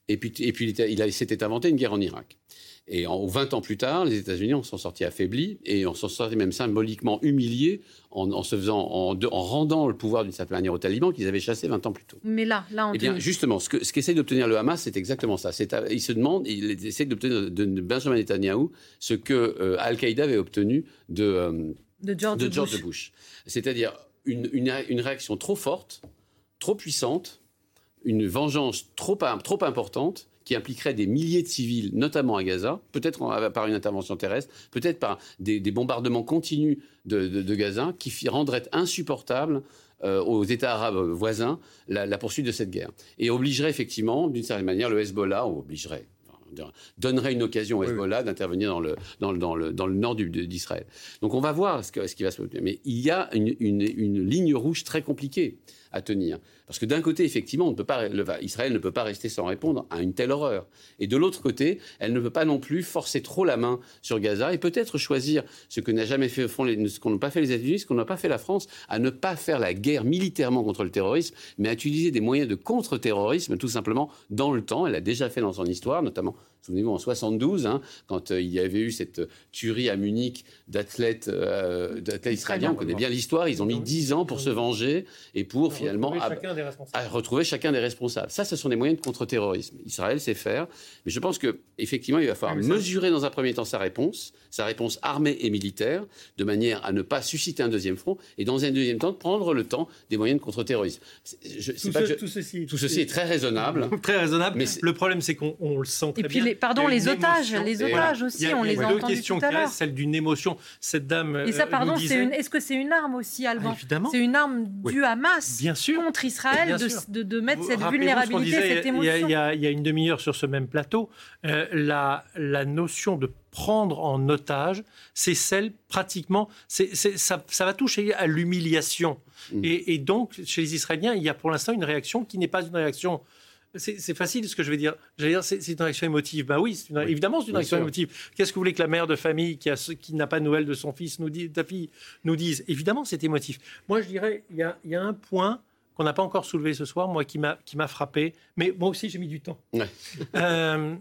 Et puis, et puis il, a, il s'était inventé une guerre en Irak. Et en, vingt ans plus tard, les États-Unis en sont sortis affaiblis et en sont sortis même symboliquement humiliés en, en se faisant, en, de, en rendant le pouvoir d'une certaine manière aux talibans qu'ils avaient chassés vingt ans plus tôt. Mais là, là, on Eh bien, justement, ce, que, ce qu'essaie d'obtenir le Hamas, c'est exactement ça. C'est, il se demande, il essaie d'obtenir de, de Benjamin Netanyahou ce que euh, Al-Qaïda avait obtenu de, euh, de George, de George Bush. Bush. C'est-à-dire une, une, une réaction trop forte, trop puissante, une vengeance trop, trop importante, qui impliquerait des milliers de civils, notamment à Gaza, peut-être en, par une intervention terrestre, peut-être par des, des bombardements continus de, de, de Gaza, qui rendraient insupportable euh, aux États arabes voisins la, la poursuite de cette guerre. Et obligerait effectivement, d'une certaine manière, le Hezbollah, ou obligerait, donnerait une occasion au Hezbollah oui. d'intervenir dans le, dans, le, dans, le, dans le nord du, d'Israël. Donc on va voir ce, que, ce qui va se passer. Mais il y a une, une, une ligne rouge très compliquée à tenir. Parce que d'un côté, effectivement, on ne peut pas, le, Israël ne peut pas rester sans répondre à une telle horreur. Et de l'autre côté, elle ne peut pas non plus forcer trop la main sur Gaza et peut-être choisir ce que n'a jamais fait, ce qu'ont pas fait les États-Unis, ce qu'on n'a pas fait la France, à ne pas faire la guerre militairement contre le terrorisme, mais à utiliser des moyens de contre-terrorisme, tout simplement, dans le temps. Elle l'a déjà fait dans son histoire, notamment, souvenez-vous, en soixante-douze, hein, quand euh, il y avait eu cette tuerie à Munich d'athlètes, euh, d'athlètes israéliens. On connaît bien l'histoire. Ils ont mis dix ans pour se venger et pour finalement à, à retrouver chacun des responsables. Ça, ce sont des moyens de contre-terrorisme. Israël sait faire, mais je pense qu'effectivement, il va falloir mesurer dans un premier temps sa réponse, sa réponse armée et militaire, de manière à ne pas susciter un deuxième front, et dans un deuxième temps, prendre le temps des moyens de contre-terrorisme. Je, tout, ce, je, tout ceci, tout ceci est très raisonnable. Très raisonnable, mais le problème, c'est qu'on on le sent très et puis bien. Les, pardon, les otages, les otages voilà. aussi, a, on les a entendus tout à l'heure. Il y a deux questions qui restent, celle d'une émotion. Cette dame Et ça, pardon, disait... c'est une, est-ce que c'est une arme aussi, Alban? ah, Évidemment. C'est une arme oui. du Hamas bien sûr. contre Israël bien de, sûr. de, de mettre Vous cette vulnérabilité, disait, cette émotion. Il y, a, il y a une demi-heure sur ce même plateau, euh, la, la notion de prendre en otage, c'est celle pratiquement, c'est, c'est, ça, ça va toucher à l'humiliation. Mmh. Et, et donc, chez les Israéliens, il y a pour l'instant une réaction qui n'est pas une réaction... C'est, c'est facile ce que je vais dire. J'allais dire, c'est, c'est une réaction émotive. Ben oui, c'est une, oui, évidemment, c'est une réaction sûr. émotive. Qu'est-ce que vous voulez que la mère de famille qui, a, qui n'a pas de nouvelles de son fils, nous dit, ta fille, nous dise? Évidemment, c'est émotif. Moi, je dirais, il y a, y a un point qu'on n'a pas encore soulevé ce soir, moi, qui m'a, qui m'a frappé. Mais moi aussi, j'ai mis du temps. Ouais. euh,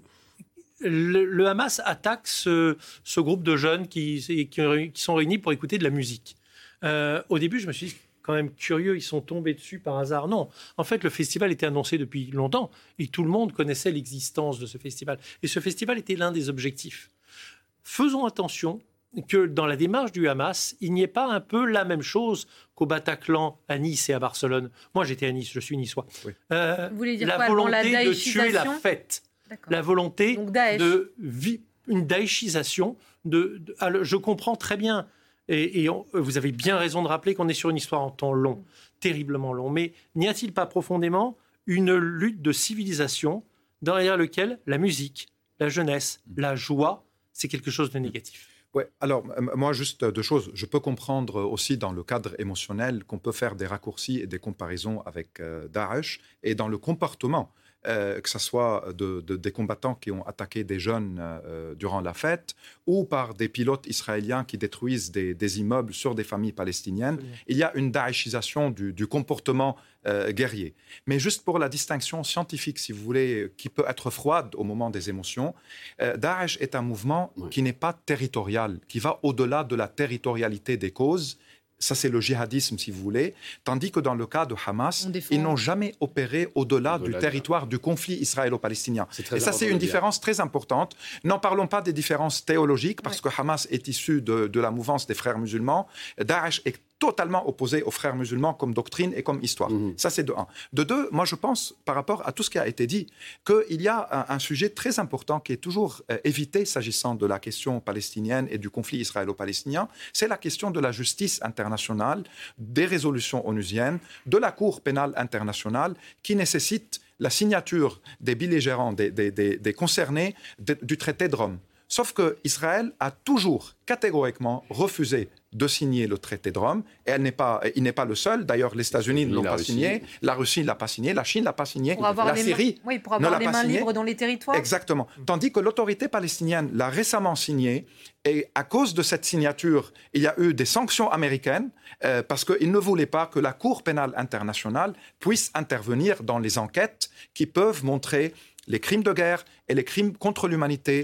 le, le Hamas attaque ce, ce groupe de jeunes qui, qui, qui sont réunis pour écouter de la musique. Euh, au début, je me suis dit... quand même curieux, ils sont tombés dessus par hasard. Non, en fait, le festival était annoncé depuis longtemps et tout le monde connaissait l'existence de ce festival. Et ce festival était l'un des objectifs. Faisons attention que dans la démarche du Hamas, il n'y ait pas un peu la même chose qu'au Bataclan, à Nice et à Barcelone. Moi, j'étais à Nice, je suis niçois. Oui. Euh, Vous voulez dire la quoi, volonté la de tuer la fête. D'accord. La volonté de... Vi- une daïchisation. De, de, alors, je comprends très bien... Et, et on, vous avez bien raison de rappeler qu'on est sur une histoire en temps long, terriblement long. Mais n'y a-t-il pas profondément une lutte de civilisation derrière laquelle la musique, la jeunesse, la joie, c'est quelque chose de négatif? Oui, alors moi, juste deux choses. Je peux comprendre aussi dans le cadre émotionnel qu'on peut faire des raccourcis et des comparaisons avec euh, Daesh et dans le comportement. Euh, que ce soit de, de, des combattants qui ont attaqué des jeunes euh, durant la fête ou par des pilotes israéliens qui détruisent des, des immeubles sur des familles palestiniennes. Oui. Il y a une daïchisation du, du comportement euh, guerrier. Mais juste pour la distinction scientifique, si vous voulez, qui peut être froide au moment des émotions, euh, Daesh est un mouvement oui. qui n'est pas territorial, qui va au-delà de la territorialité des causes. Ça, c'est le djihadisme, si vous voulez. Tandis que dans le cas de Hamas, ils n'ont jamais opéré au-delà, au-delà du territoire de... du conflit israélo-palestinien. Et ça, c'est une différence très importante. N'en parlons pas des différences théologiques, parce ouais. que Hamas est issu de, de la mouvance des frères musulmans. Daesh est totalement opposé aux frères musulmans comme doctrine et comme histoire. Mmh. Ça, c'est de un. De deux, moi, je pense, par rapport à tout ce qui a été dit, qu'il y a un, un sujet très important qui est toujours euh, évité s'agissant de la question palestinienne et du conflit israélo-palestinien, c'est la question de la justice internationale, des résolutions onusiennes, de la Cour pénale internationale, qui nécessite la signature des belligérants, des, des, des, des concernés de, du traité de Rome. Sauf qu'Israël a toujours catégoriquement refusé de signer le traité de Rome. Et elle n'est pas, il n'est pas le seul. D'ailleurs, les États-Unis ne l'ont pas Russie. signé. La Russie ne l'a pas signé. La Chine ne l'a pas signé. Pour avoir la les Syrie mains, oui, pour avoir ne l'a les pas mains signé. libres dans les territoires. Exactement. Tandis que l'autorité palestinienne l'a récemment signé. Et à cause de cette signature, il y a eu des sanctions américaines euh, parce qu'ils ne voulaient pas que la Cour pénale internationale puisse intervenir dans les enquêtes qui peuvent montrer les crimes de guerre et les crimes contre l'humanité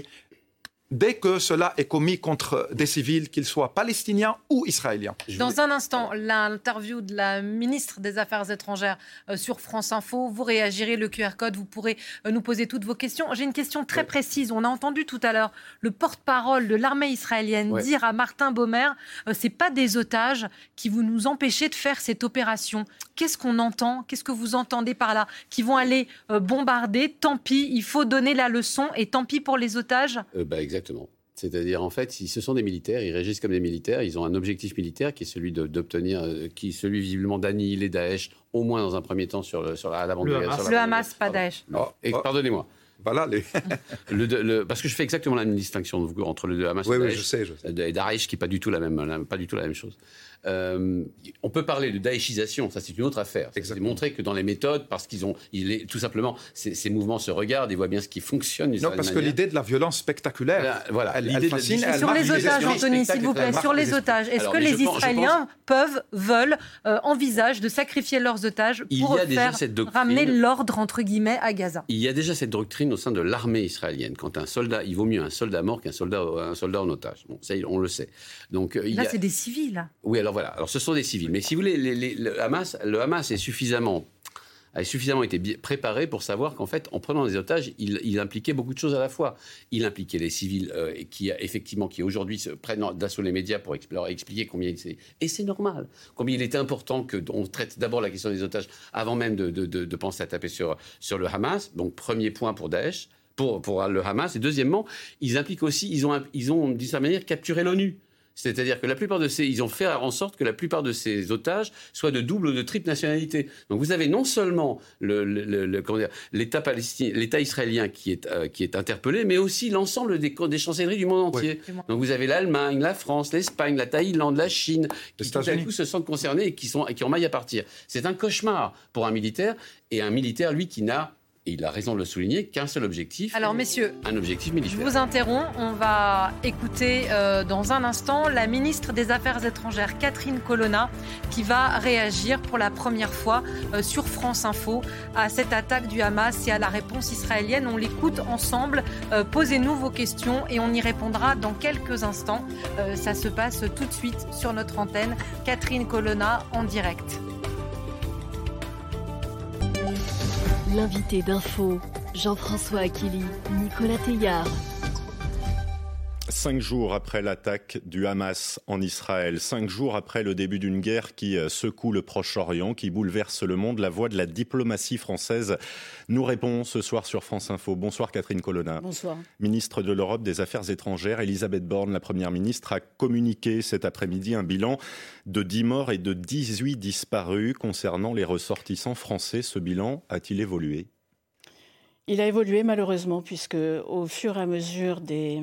dès que cela est commis contre des civils, qu'ils soient palestiniens ou israéliens. Dans un instant, l'interview de la ministre des Affaires étrangères euh, sur France Info. Vous réagirez, le Q R code, vous pourrez euh, nous poser toutes vos questions. J'ai une question très oui. précise. On a entendu tout à l'heure le porte-parole de l'armée israélienne ouais. dire à Martin Baumer euh, c'est pas des otages qui vont nous empêcher de faire cette opération. Qu'est-ce qu'on entend? Qu'est-ce que vous entendez par là? Qui vont aller euh, bombarder? Tant pis, il faut donner la leçon et tant pis pour les otages euh, bah, Exactement. C'est-à-dire, en fait, si ce sont des militaires, ils réagissent comme des militaires, ils ont un objectif militaire qui est celui de, d'obtenir, euh, qui est celui visiblement d'annihiler Daesh, au moins dans un premier temps sur, le, sur la, la bande de Gaza. Le Hamas, pas Daesh. Oh, et, oh. Pardonnez-moi. Voilà les... le, le, parce que je fais exactement la même distinction entre le Hamas oui, et Daesh. Oui, je sais, je sais. Et Daesh qui n'est pas du tout la même, la, pas du tout la même chose. Euh, on peut parler de daéchisation, ça c'est une autre affaire. C'est montrer que dans les méthodes, parce qu'ils ont, il est, tout simplement, ces, ces mouvements se regardent et voient bien ce qui fonctionne. Non, parce que l'idée de la violence spectaculaire, voilà, voilà. elle, elle fascine. Elle sur les otages, Anthony, s'il vous plaît, sur les otages. Est-ce Alors, que les pense, Israéliens pense... peuvent, veulent, euh, envisagent de sacrifier leurs otages pour faire ramener l'ordre entre guillemets à Gaza? Il y a déjà cette doctrine au sein de l'armée israélienne. Quand un soldat, il vaut mieux un soldat mort qu'un soldat, un soldat en otage. Bon, ça, on le sait. Donc il là, y a... c'est des civils. Oui, alors voilà. Alors ce sont des civils. Mais si vous voulez, les, les, le Hamas, le Hamas est suffisamment, a suffisamment été préparé pour savoir qu'en fait, en prenant des otages, il, il impliquait beaucoup de choses à la fois. Il impliquait les civils euh, qui, effectivement, qui aujourd'hui se prennent d'assaut les médias pour leur expliquer combien il c'est. Et c'est normal. Combien il était important qu'on traite d'abord la question des otages avant même de, de, de, de penser à taper sur, sur le Hamas. Donc, premier point pour Daesh, pour, pour le Hamas. Et deuxièmement, ils impliquent aussi, ils ont, ils ont d'une certaine manière, capturé l'ONU. C'est-à-dire que la plupart de ces, ils ont fait en sorte que la plupart de ces otages soient de double ou de triple nationalité. Donc vous avez non seulement le, le, le, comment dire, l'État palestinien, l'État israélien qui est euh, qui est interpellé, mais aussi l'ensemble des, des chancelleries du monde entier. Oui. Donc vous avez l'Allemagne, la France, l'Espagne, la Thaïlande, la Chine, qui tout à coup se sentent concernés et qui sont et qui ont maille à partir. C'est un cauchemar pour un militaire et un militaire lui qui n'a, et il a raison de le souligner, qu'un seul objectif. Alors, messieurs, un objectif militaire. Je vous interromps. On va écouter euh, dans un instant la ministre des Affaires étrangères, Catherine Colonna, qui va réagir pour la première fois euh, sur France Info à cette attaque du Hamas et à la réponse israélienne. On l'écoute ensemble. Euh, posez-nous vos questions et on y répondra dans quelques instants. Euh, ça se passe tout de suite sur notre antenne. Catherine Colonna en direct. L'invité d'info, Jean-François Aquili, Nicolas Teillard. Cinq jours après l'attaque du Hamas en Israël, cinq jours après le début d'une guerre qui secoue le Proche-Orient, qui bouleverse le monde, la voix de la diplomatie française nous répond ce soir sur France Info. Bonsoir Catherine Colonna. Bonsoir. Ministre de l'Europe, des Affaires étrangères, Elisabeth Borne, la Première ministre, a communiqué cet après-midi un bilan de dix morts et de dix-huit disparus concernant les ressortissants français. Ce bilan a-t-il évolué ? Il a évolué malheureusement, puisque au fur et à mesure des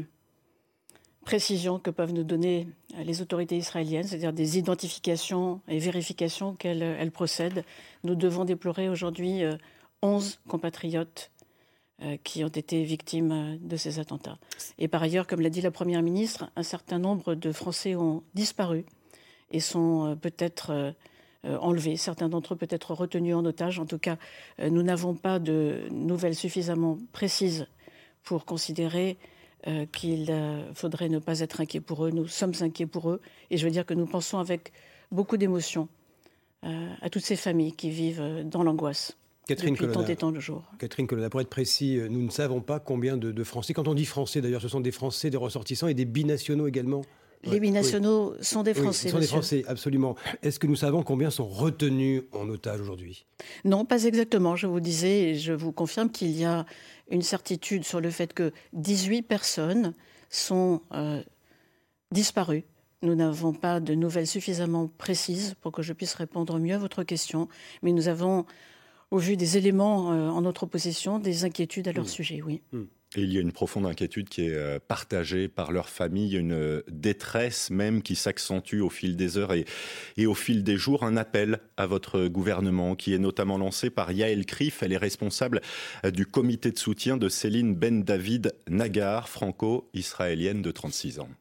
précisions que peuvent nous donner les autorités israéliennes, c'est-à-dire des identifications et vérifications auxquelles elles procèdent, nous devons déplorer aujourd'hui onze compatriotes qui ont été victimes de ces attentats. Et par ailleurs, comme l'a dit la Première ministre, un certain nombre de Français ont disparu et sont peut-être enlevés. Certains d'entre eux peut-être retenus en otage. En tout cas, nous n'avons pas de nouvelles suffisamment précises pour considérer Euh, qu'il euh, faudrait ne pas être inquiet pour eux. Nous sommes inquiets pour eux. Et je veux dire que nous pensons avec beaucoup d'émotion euh, à toutes ces familles qui vivent dans l'angoisse Catherine depuis Colonna, tant et tant de jours. Catherine Colonna, pour être précis, nous ne savons pas combien de, de Français, quand on dit Français d'ailleurs, ce sont des Français, des ressortissants et des binationaux également. Les binationaux oui. sont des Français. Oui, ce sont monsieur. des Français, absolument. Est-ce que nous savons combien sont retenus en otage aujourd'hui ? Non, pas exactement. Je vous disais, et je vous confirme qu'il y a une certitude sur le fait que dix-huit personnes sont euh, disparues. Nous n'avons pas de nouvelles suffisamment précises pour que je puisse répondre mieux à votre question, mais nous avons, au vu des éléments euh, en notre possession, des inquiétudes à leur mmh. sujet, oui. Mmh. Et il y a une profonde inquiétude qui est partagée par leur famille, une détresse même qui s'accentue au fil des heures et, et au fil des jours. Un appel à votre gouvernement qui est notamment lancé par Yael Krif. Elle est responsable du comité de soutien de Céline Ben David Nagar, franco-israélienne de trente-six ans.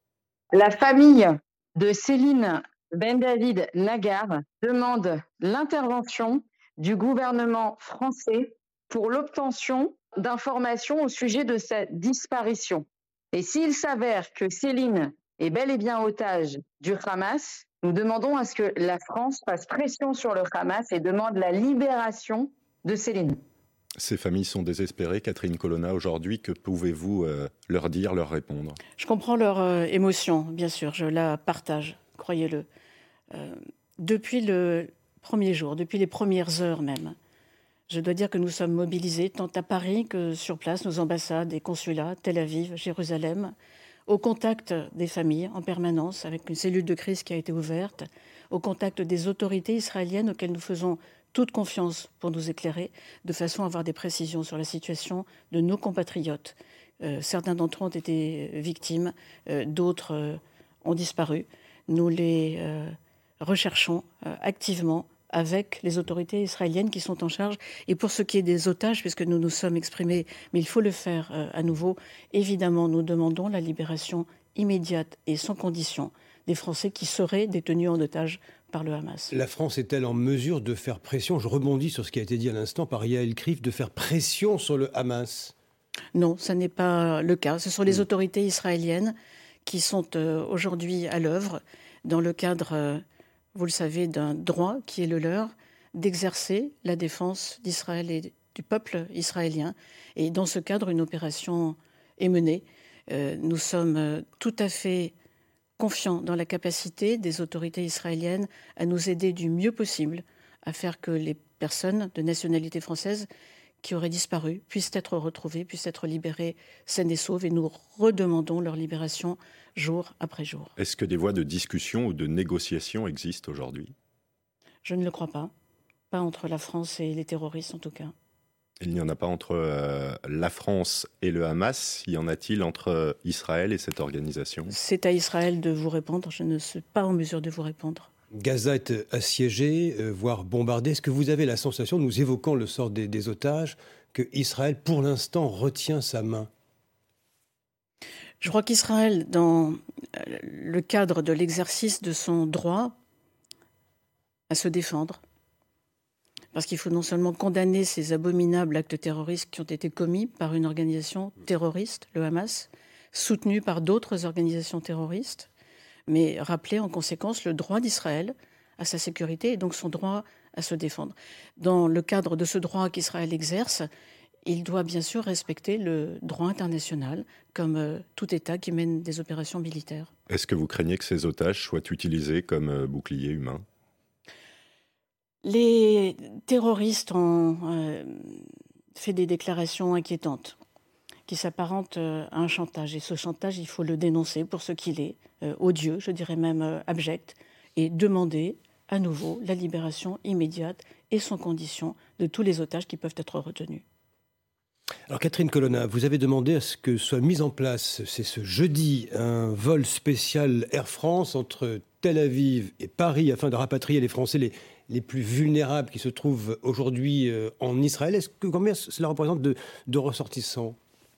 La famille de Céline Ben David Nagar demande l'intervention du gouvernement français pour l'obtention d'informations au sujet de sa disparition. Et s'il s'avère que Céline est bel et bien otage du Hamas, nous demandons à ce que la France fasse pression sur le Hamas et demande la libération de Céline. Ces familles sont désespérées. Catherine Colonna, aujourd'hui, que pouvez-vous euh, leur dire, leur répondre? Je comprends leur euh, émotion, bien sûr, je la partage, croyez-le. Euh, depuis le premier jour, depuis les premières heures même, je dois dire que nous sommes mobilisés, tant à Paris que sur place, nos ambassades et consulats, Tel Aviv, Jérusalem, au contact des familles en permanence, avec une cellule de crise qui a été ouverte, au contact des autorités israéliennes auxquelles nous faisons toute confiance pour nous éclairer, de façon à avoir des précisions sur la situation de nos compatriotes. Euh, certains d'entre eux ont été victimes, euh, d'autres euh, ont disparu. Nous les euh, recherchons euh, activement avec les autorités israéliennes qui sont en charge. Et pour ce qui est des otages, puisque nous nous sommes exprimés, mais il faut le faire euh, à nouveau, évidemment, nous demandons la libération immédiate et sans condition des Français qui seraient détenus en otage par le Hamas. La France est-elle en mesure de faire pression, je rebondis sur ce qui a été dit à l'instant par Yael Krif, de faire pression sur le Hamas? Non, ce n'est pas le cas. Ce sont les autorités israéliennes qui sont euh, aujourd'hui à l'œuvre dans le cadre, euh, vous le savez, d'un droit qui est le leur, d'exercer la défense d'Israël et du peuple israélien. Et dans ce cadre, une opération est menée. Euh, nous sommes euh, tout à fait confiants dans la capacité des autorités israéliennes à nous aider du mieux possible à faire que les personnes de nationalité française qui auraient disparu puissent être retrouvées, puissent être libérées saines et sauves. Et nous redemandons leur libération jour après jour. Est-ce que des voies de discussion ou de négociation existent aujourd'hui? Je ne le crois pas. Pas entre la France et les terroristes, en tout cas. Il n'y en a pas entre euh, la France et le Hamas. Y en a-t-il entre Israël et cette organisation? C'est à Israël de vous répondre. Je ne suis pas en mesure de vous répondre. Gaza est assiégée, euh, voire bombardée. Est-ce que vous avez la sensation, nous évoquant le sort des, des otages, que Israël, pour l'instant, retient sa main? Je crois qu'Israël, dans le cadre de l'exercice de son droit à se défendre, parce qu'il faut non seulement condamner ces abominables actes terroristes qui ont été commis par une organisation terroriste, le Hamas, soutenue par d'autres organisations terroristes, mais rappeler en conséquence le droit d'Israël à sa sécurité et donc son droit à se défendre. Dans le cadre de ce droit qu'Israël exerce, il doit bien sûr respecter le droit international, comme euh, tout État qui mène des opérations militaires. Est-ce que vous craignez que ces otages soient utilisés comme euh, boucliers humains? Les terroristes ont euh, fait des déclarations inquiétantes qui s'apparentent euh, à un chantage. Et ce chantage, il faut le dénoncer pour ce qu'il est, euh, odieux, je dirais même euh, abject, et demander à nouveau la libération immédiate et sans condition de tous les otages qui peuvent être retenus. Alors Catherine Colonna, vous avez demandé à ce que soit mis en place, c'est ce jeudi, un vol spécial Air France entre Tel Aviv et Paris afin de rapatrier les Français les, les plus vulnérables qui se trouvent aujourd'hui euh, en Israël. Est-ce que combien cela représente de, de ressortissants?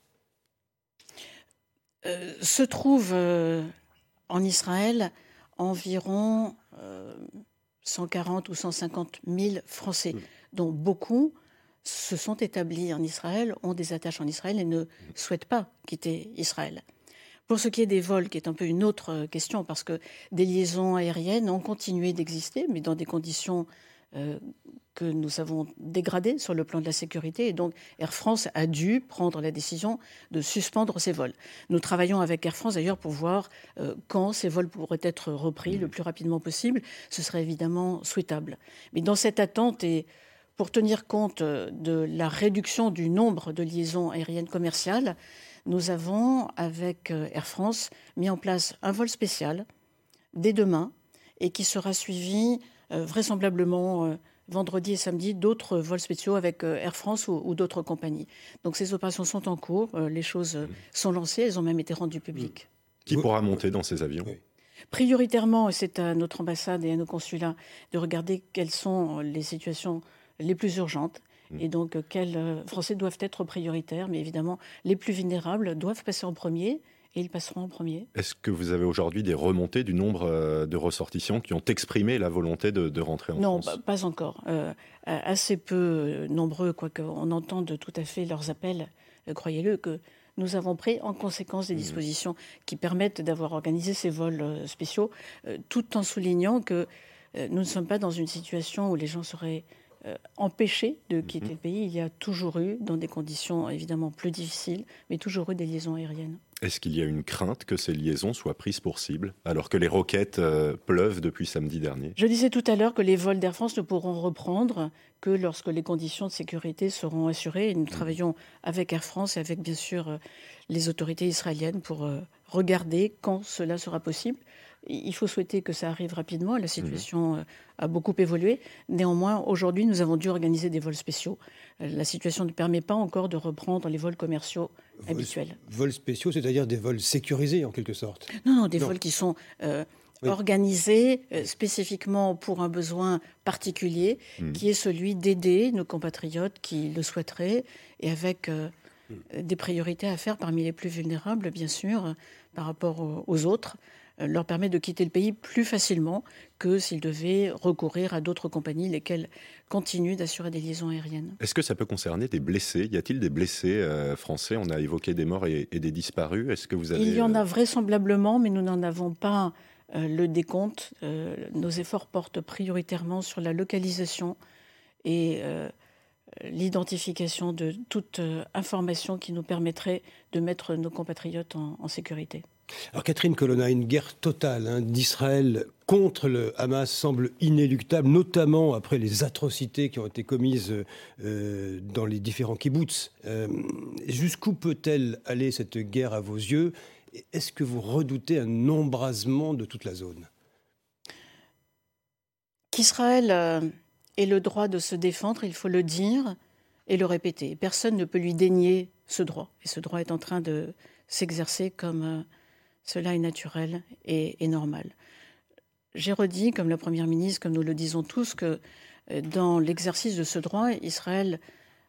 euh, Se trouvent euh, en Israël environ euh, cent quarante ou cent cinquante mille Français, mmh. dont beaucoup se sont établis en Israël, ont des attaches en Israël et ne souhaitent pas quitter Israël. Pour ce qui est des vols, qui est un peu une autre question, parce que des liaisons aériennes ont continué d'exister, mais dans des conditions euh, que nous avons dégradées sur le plan de la sécurité. Et donc, Air France a dû prendre la décision de suspendre ces vols. Nous travaillons avec Air France, d'ailleurs, pour voir euh, quand ces vols pourraient être repris le plus rapidement possible. Ce serait évidemment souhaitable. Mais dans cette attente et pour tenir compte de la réduction du nombre de liaisons aériennes commerciales, nous avons, avec Air France, mis en place un vol spécial dès demain et qui sera suivi euh, vraisemblablement euh, vendredi et samedi d'autres vols spéciaux avec euh, Air France ou, ou d'autres compagnies. Donc ces opérations sont en cours, euh, les choses euh, sont lancées, elles ont même été rendues publiques. Qui pourra monter dans ces avions ? Prioritairement, c'est à notre ambassade et à nos consulats de regarder quelles sont les situations les plus urgentes. Et donc, quels Français doivent être prioritaires. Mais évidemment, les plus vulnérables doivent passer en premier et ils passeront en premier. Est-ce que vous avez aujourd'hui des remontées du nombre euh, de ressortissants qui ont exprimé la volonté de, de rentrer en non, France ? Non, pas encore. Euh, assez peu nombreux, quoique on entende tout à fait leurs appels, euh, croyez-le, que nous avons pris en conséquence des dispositions qui permettent d'avoir organisé ces vols euh, spéciaux, euh, tout en soulignant que euh, nous ne sommes pas dans une situation où les gens seraient euh, empêchés de quitter mmh. le pays. Il y a toujours eu, dans des conditions évidemment plus difficiles, mais toujours eu des liaisons aériennes. Est-ce qu'il y a une crainte que ces liaisons soient prises pour cible, alors que les roquettes euh, pleuvent depuis samedi dernier ? Je disais tout à l'heure que les vols d'Air France ne pourront reprendre que lorsque les conditions de sécurité seront assurées. Et nous mmh. travaillons avec Air France et avec, bien sûr, euh, les autorités israéliennes pour euh, regarder quand cela sera possible. Il faut souhaiter que ça arrive rapidement. La situation mmh. a beaucoup évolué. Néanmoins, aujourd'hui, nous avons dû organiser des vols spéciaux. La situation ne permet pas encore de reprendre les vols commerciaux Vol, habituels. Vols spéciaux, c'est-à-dire des vols sécurisés, en quelque sorte ? Non, non, des non. vols qui sont euh, oui. organisés euh, spécifiquement pour un besoin particulier, mmh. qui est celui d'aider nos compatriotes qui le souhaiteraient, et avec euh, mmh. des priorités à faire parmi les plus vulnérables, bien sûr, euh, par rapport aux, aux autres, leur permet de quitter le pays plus facilement que s'ils devaient recourir à d'autres compagnies, lesquelles continuent d'assurer des liaisons aériennes. Est-ce que ça peut concerner des blessés ? Y a-t-il des blessés euh, français ? On a évoqué des morts et, et des disparus. Est-ce que vous avez... Il y en a vraisemblablement, mais nous n'en avons pas euh, le décompte. Euh, nos efforts portent prioritairement sur la localisation et euh, l'identification de toute euh, information qui nous permettrait de mettre nos compatriotes en, en sécurité. Alors Catherine Colonna, une guerre totale hein, d'Israël contre le Hamas semble inéluctable, notamment après les atrocités qui ont été commises euh, dans les différents kibboutz. Euh, jusqu'où peut-elle aller cette guerre à vos yeux ? Est-ce que vous redoutez un embrasement de toute la zone ? Qu'Israël euh, ait le droit de se défendre, il faut le dire et le répéter. Personne ne peut lui dénier ce droit. Et ce droit est en train de s'exercer comme... Euh, Cela est naturel et, et normal. J'ai redit, comme la Première ministre, comme nous le disons tous, que dans l'exercice de ce droit, Israël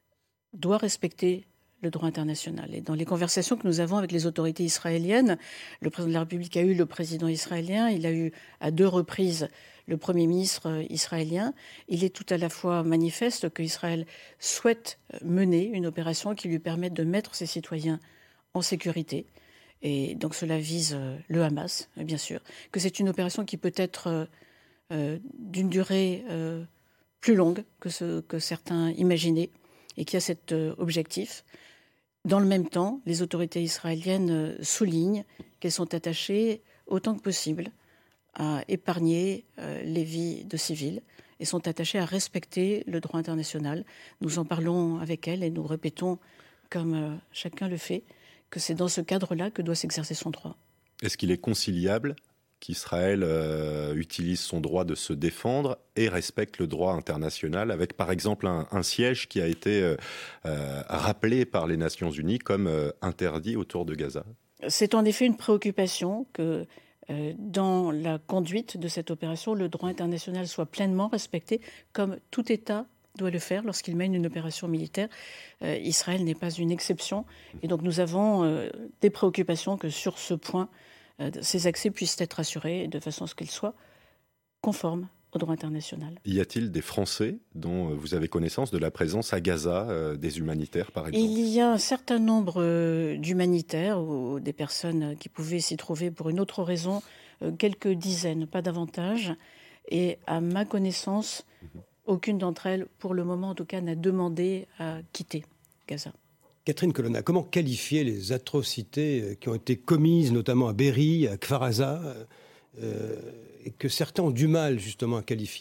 doit respecter le droit international. Et dans les conversations que nous avons avec les autorités israéliennes, le président de la République a eu le président israélien, il a eu à deux reprises le Premier ministre israélien. Il est tout à la fois manifeste qu'Israël souhaite mener une opération qui lui permette de mettre ses citoyens en sécurité. Et donc cela vise le Hamas, bien sûr, que c'est une opération qui peut être euh, d'une durée euh, plus longue que ce que certains imaginaient et qui a cet euh, objectif. Dans le même temps, les autorités israéliennes soulignent qu'elles sont attachées autant que possible à épargner euh, les vies de civils et sont attachées à respecter le droit international. Nous en parlons avec elles et nous répétons, comme euh, chacun le fait, que c'est dans ce cadre-là que doit s'exercer son droit. Est-ce qu'il est conciliable qu'Israël euh, utilise son droit de se défendre et respecte le droit international, avec par exemple un, un siège qui a été euh, euh, rappelé par les Nations Unies comme euh, interdit autour de Gaza ? C'est en effet une préoccupation que euh, dans la conduite de cette opération, le droit international soit pleinement respecté, comme tout État doit le faire lorsqu'il mène une opération militaire. Euh, Israël n'est pas une exception. Et donc nous avons euh, des préoccupations que sur ce point, euh, ces accès puissent être assurés de façon à ce qu'ils soient conformes au droit international. Y a-t-il des Français dont vous avez connaissance de la présence à Gaza, euh, des humanitaires par exemple ? Il y a un certain nombre euh, d'humanitaires ou des personnes qui pouvaient s'y trouver pour une autre raison, euh, quelques dizaines, pas davantage. Et à ma connaissance, mmh. aucune d'entre elles, pour le moment en tout cas, n'a demandé à quitter Gaza. Catherine Colonna, comment qualifier les atrocités qui ont été commises, notamment à Be'eri, à Kfar Aza, euh, et que certains ont du mal justement à qualifier ?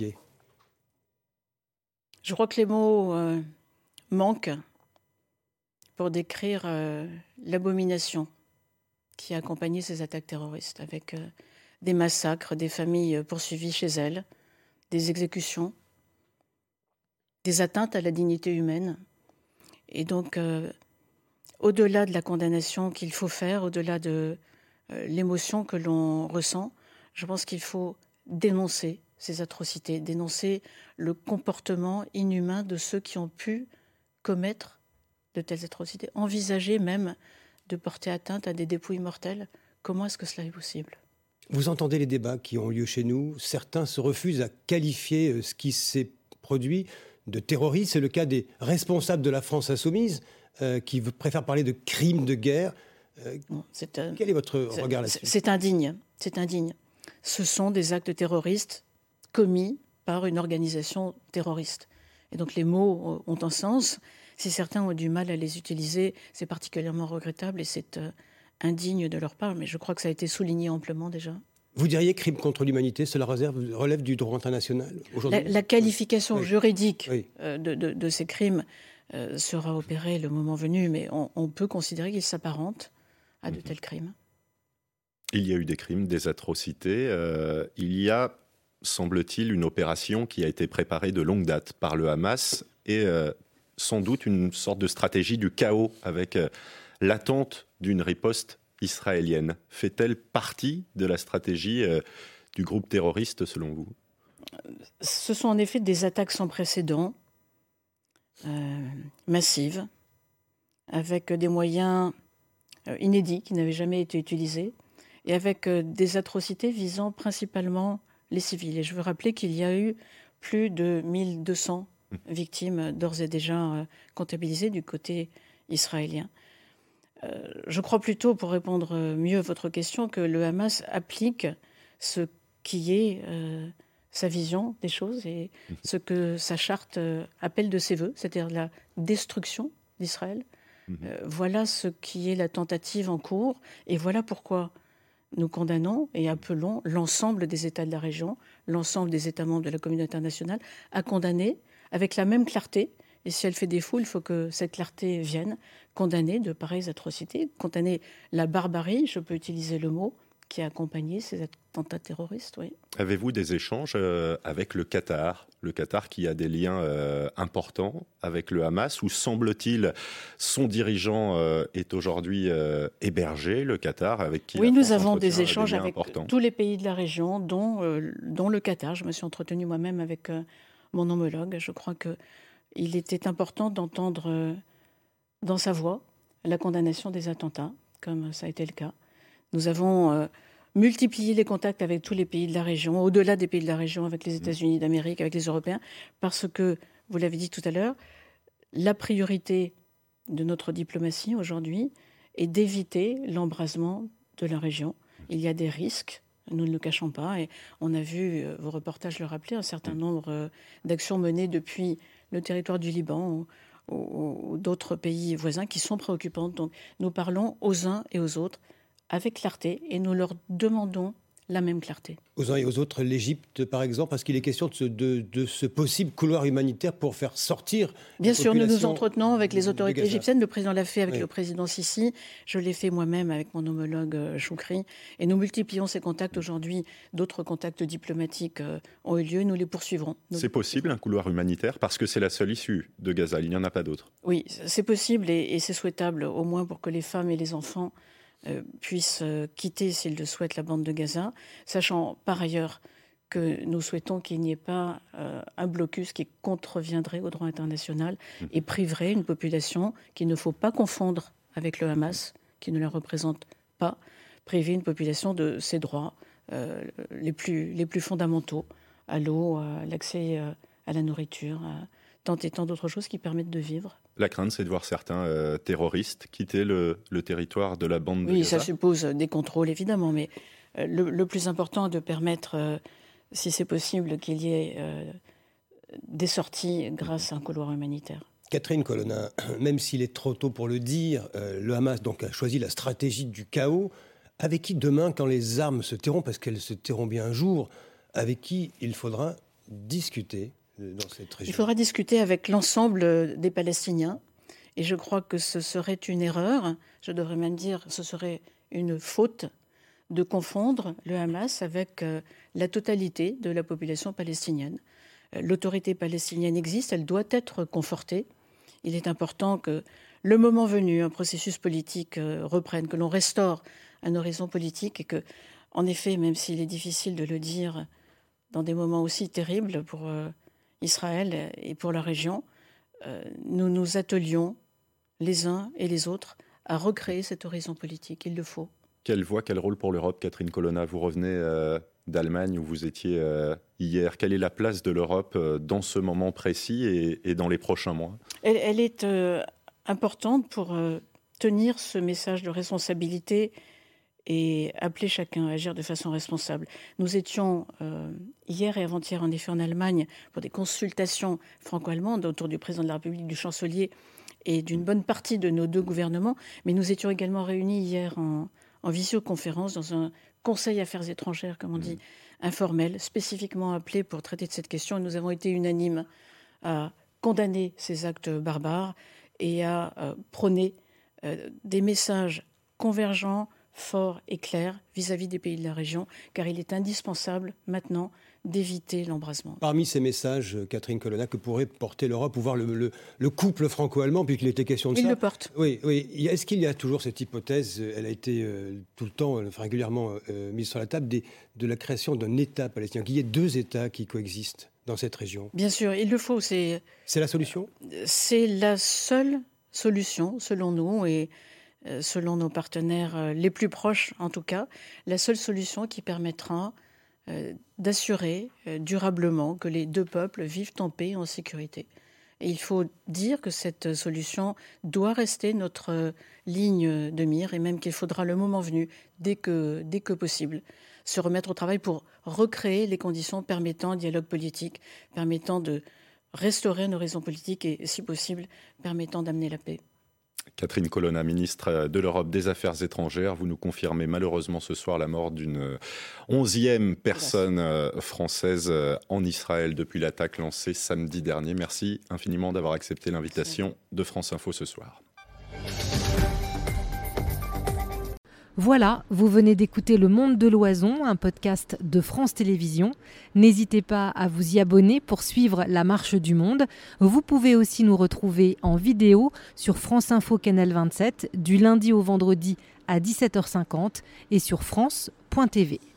Je crois que les mots euh, manquent pour décrire euh, l'abomination qui a accompagné ces attaques terroristes, avec euh, des massacres, des familles poursuivies chez elles, des exécutions, des atteintes à la dignité humaine. Et donc, euh, au-delà de la condamnation qu'il faut faire, au-delà de euh, l'émotion que l'on ressent, je pense qu'il faut dénoncer ces atrocités, dénoncer le comportement inhumain de ceux qui ont pu commettre de telles atrocités, envisager même de porter atteinte à des dépouilles mortelles. Comment est-ce que cela est possible ? Vous entendez les débats qui ont lieu chez nous. Certains se refusent à qualifier ce qui s'est produit de terrorisme. C'est le cas des responsables de la France insoumise euh, qui préfèrent parler de crimes de guerre. Euh, bon, c'est un, Quel est votre c'est, regard là-dessus ? C'est indigne. C'est indigne. Ce sont des actes terroristes commis par une organisation terroriste. Et donc les mots ont un sens. Si certains ont du mal à les utiliser, c'est particulièrement regrettable et c'est euh, indigne de leur part. Mais je crois que ça a été souligné amplement déjà. Vous diriez crime contre l'humanité, cela réserve, relève du droit international aujourd'hui ? La, la qualification oui. juridique oui. euh, de, de, de ces crimes euh, sera opérée le moment venu, mais on, on peut considérer qu'ils s'apparentent à de mmh. tels crimes. Il y a eu des crimes, des atrocités. Euh, il y a, semble-t-il, une opération qui a été préparée de longue date par le Hamas et euh, sans doute une sorte de stratégie du chaos avec euh, l'attente d'une riposte israélienne. Fait-elle partie de la stratégie euh, du groupe terroriste, selon vous ? Ce sont en effet des attaques sans précédent, euh, massives, avec des moyens euh, inédits qui n'avaient jamais été utilisés, et avec euh, des atrocités visant principalement les civils. Et je veux rappeler qu'il y a eu plus de mille deux cents victimes d'ores et déjà euh, comptabilisées du côté israélien. Euh, je crois plutôt, pour répondre mieux à votre question, que le Hamas applique ce qui est euh, sa vision des choses et ce que sa charte euh, appelle de ses voeux, c'est-à-dire la destruction d'Israël. Euh, voilà ce qui est la tentative en cours et voilà pourquoi nous condamnons et appelons l'ensemble des États de la région, l'ensemble des États membres de la communauté internationale à condamner avec la même clarté. Et si elle fait défaut, il faut que cette clarté vienne condamner de pareilles atrocités, condamner la barbarie, je peux utiliser le mot, qui a accompagné ces attentats terroristes. Oui. Avez-vous des échanges euh, avec le Qatar ? Le Qatar qui a des liens euh, importants avec le Hamas, où semble-t-il son dirigeant euh, est aujourd'hui euh, hébergé, le Qatar, avec qui oui, la nous France avons des des échanges avec importants. tous les pays de la région, dont, euh, dont le Qatar. Je me suis entretenue moi-même avec euh, mon homologue. Je crois que il était important d'entendre euh, dans sa voix la condamnation des attentats, comme ça a été le cas. Nous avons euh, multiplié les contacts avec tous les pays de la région, au-delà des pays de la région, avec les États-Unis d'Amérique, avec les Européens, parce que, vous l'avez dit tout à l'heure, la priorité de notre diplomatie aujourd'hui est d'éviter l'embrasement de la région. Il y a des risques, nous ne le cachons pas, et on a vu, euh, vos reportages le rappeler, un certain nombre euh, d'actions menées depuis le territoire du Liban ou, ou, ou d'autres pays voisins qui sont préoccupantes. Donc nous parlons aux uns et aux autres avec clarté et nous leur demandons la même clarté. Aux uns et aux autres, l'Égypte par exemple, parce qu'il est question de ce, de, de ce possible couloir humanitaire pour faire sortir. Bien sûr, nous nous entretenons avec les autorités égyptiennes. Le président l'a fait avec oui. le président Sisi. Je l'ai fait moi-même avec mon homologue Choukri. Et nous multiplions ces contacts aujourd'hui. D'autres contacts diplomatiques ont eu lieu. Nous les poursuivrons. Nous... C'est possible un couloir humanitaire parce que c'est la seule issue de Gaza. Il n'y en a pas d'autre. Oui, c'est possible et, et c'est souhaitable, au moins pour que les femmes et les enfants Euh, puissent euh, quitter, s'ils le souhaitent, la bande de Gaza, sachant par ailleurs que nous souhaitons qu'il n'y ait pas euh, un blocus qui contreviendrait au droit international mmh. et priverait une population qu'il ne faut pas confondre avec le Hamas, qui ne la représente pas, priver une population de ses droits euh, les plus, les plus fondamentaux, à l'eau, à l'accès euh, à la nourriture, à tant et tant d'autres choses qui permettent de vivre. La crainte, c'est de voir certains euh, terroristes quitter le, le territoire de la bande de oui, Gaza. Oui, ça suppose des contrôles, évidemment, mais euh, le, le plus important est de permettre, euh, si c'est possible, qu'il y ait euh, des sorties grâce à un couloir humanitaire. Catherine Colonna, même s'il est trop tôt pour le dire, euh, le Hamas donc, a choisi la stratégie du chaos. Avec qui demain, quand les armes se tairont, parce qu'elles se tairont bien un jour, avec qui il faudra discuter dans cette région? Il faudra discuter avec l'ensemble des Palestiniens. Et je crois que ce serait une erreur, je devrais même dire ce serait une faute, de confondre le Hamas avec euh, la totalité de la population palestinienne. Euh, l'autorité palestinienne existe, elle doit être confortée. Il est important que, le moment venu, un processus politique euh, reprenne, que l'on restaure un horizon politique et que, en effet, même s'il est difficile de le dire dans des moments aussi terribles pour euh, Israël et pour la région, euh, nous nous attelions les uns et les autres à recréer cet horizon politique. Il le faut. Quelle voie, quel rôle pour l'Europe, Catherine Colonna? Vous revenez euh, d'Allemagne où vous étiez euh, hier. Quelle est la place de l'Europe euh, dans ce moment précis et, et dans les prochains mois? Elle, elle est euh, importante pour euh, tenir ce message de responsabilité et appeler chacun à agir de façon responsable. Nous étions euh, hier et avant-hier en effet en Allemagne pour des consultations franco-allemandes autour du président de la République, du chancelier et d'une bonne partie de nos deux gouvernements, mais nous étions également réunis hier en en visioconférence dans un conseil affaires étrangères, comme on dit, informel, spécifiquement appelé pour traiter de cette question. Et nous avons été unanimes à condamner ces actes barbares et à euh, prôner euh, des messages convergents, forts et clairs vis-à-vis des pays de la région, car il est indispensable maintenant d'éviter l'embrasement. Parmi ces messages, Catherine Colonna, que pourrait porter l'Europe, ou voir le, le, le couple franco-allemand, puisqu'il était question de il ça. Il le porte. Oui, oui. Est-ce qu'il y a toujours cette hypothèse, elle a été euh, tout le temps, enfin, régulièrement euh, mise sur la table, des, de la création d'un État palestinien, qu'il y ait deux États qui coexistent dans cette région? Bien sûr, il le faut. C'est, c'est la solution? C'est la seule solution, selon nous, et euh, selon nos partenaires euh, les plus proches en tout cas, la seule solution qui permettra euh, d'assurer euh, durablement que les deux peuples vivent en paix et en sécurité. Et il faut dire que cette solution doit rester notre euh, ligne de mire et même qu'il faudra le moment venu, dès que, dès que possible, se remettre au travail pour recréer les conditions permettant un dialogue politique, permettant de restaurer un horizon politique et, si possible, permettant d'amener la paix. Catherine Colonna, ministre de l'Europe des Affaires étrangères, vous nous confirmez malheureusement ce soir la mort d'une onzième personne française en Israël depuis l'attaque lancée samedi dernier. Merci infiniment d'avoir accepté l'invitation de France Info ce soir. Voilà, vous venez d'écouter Le Monde de l'Oison, un podcast de France Télévisions. N'hésitez pas à vous y abonner pour suivre la marche du monde. Vous pouvez aussi nous retrouver en vidéo sur France Info Canal vingt-sept du lundi au vendredi à dix-sept heures cinquante et sur France point T V.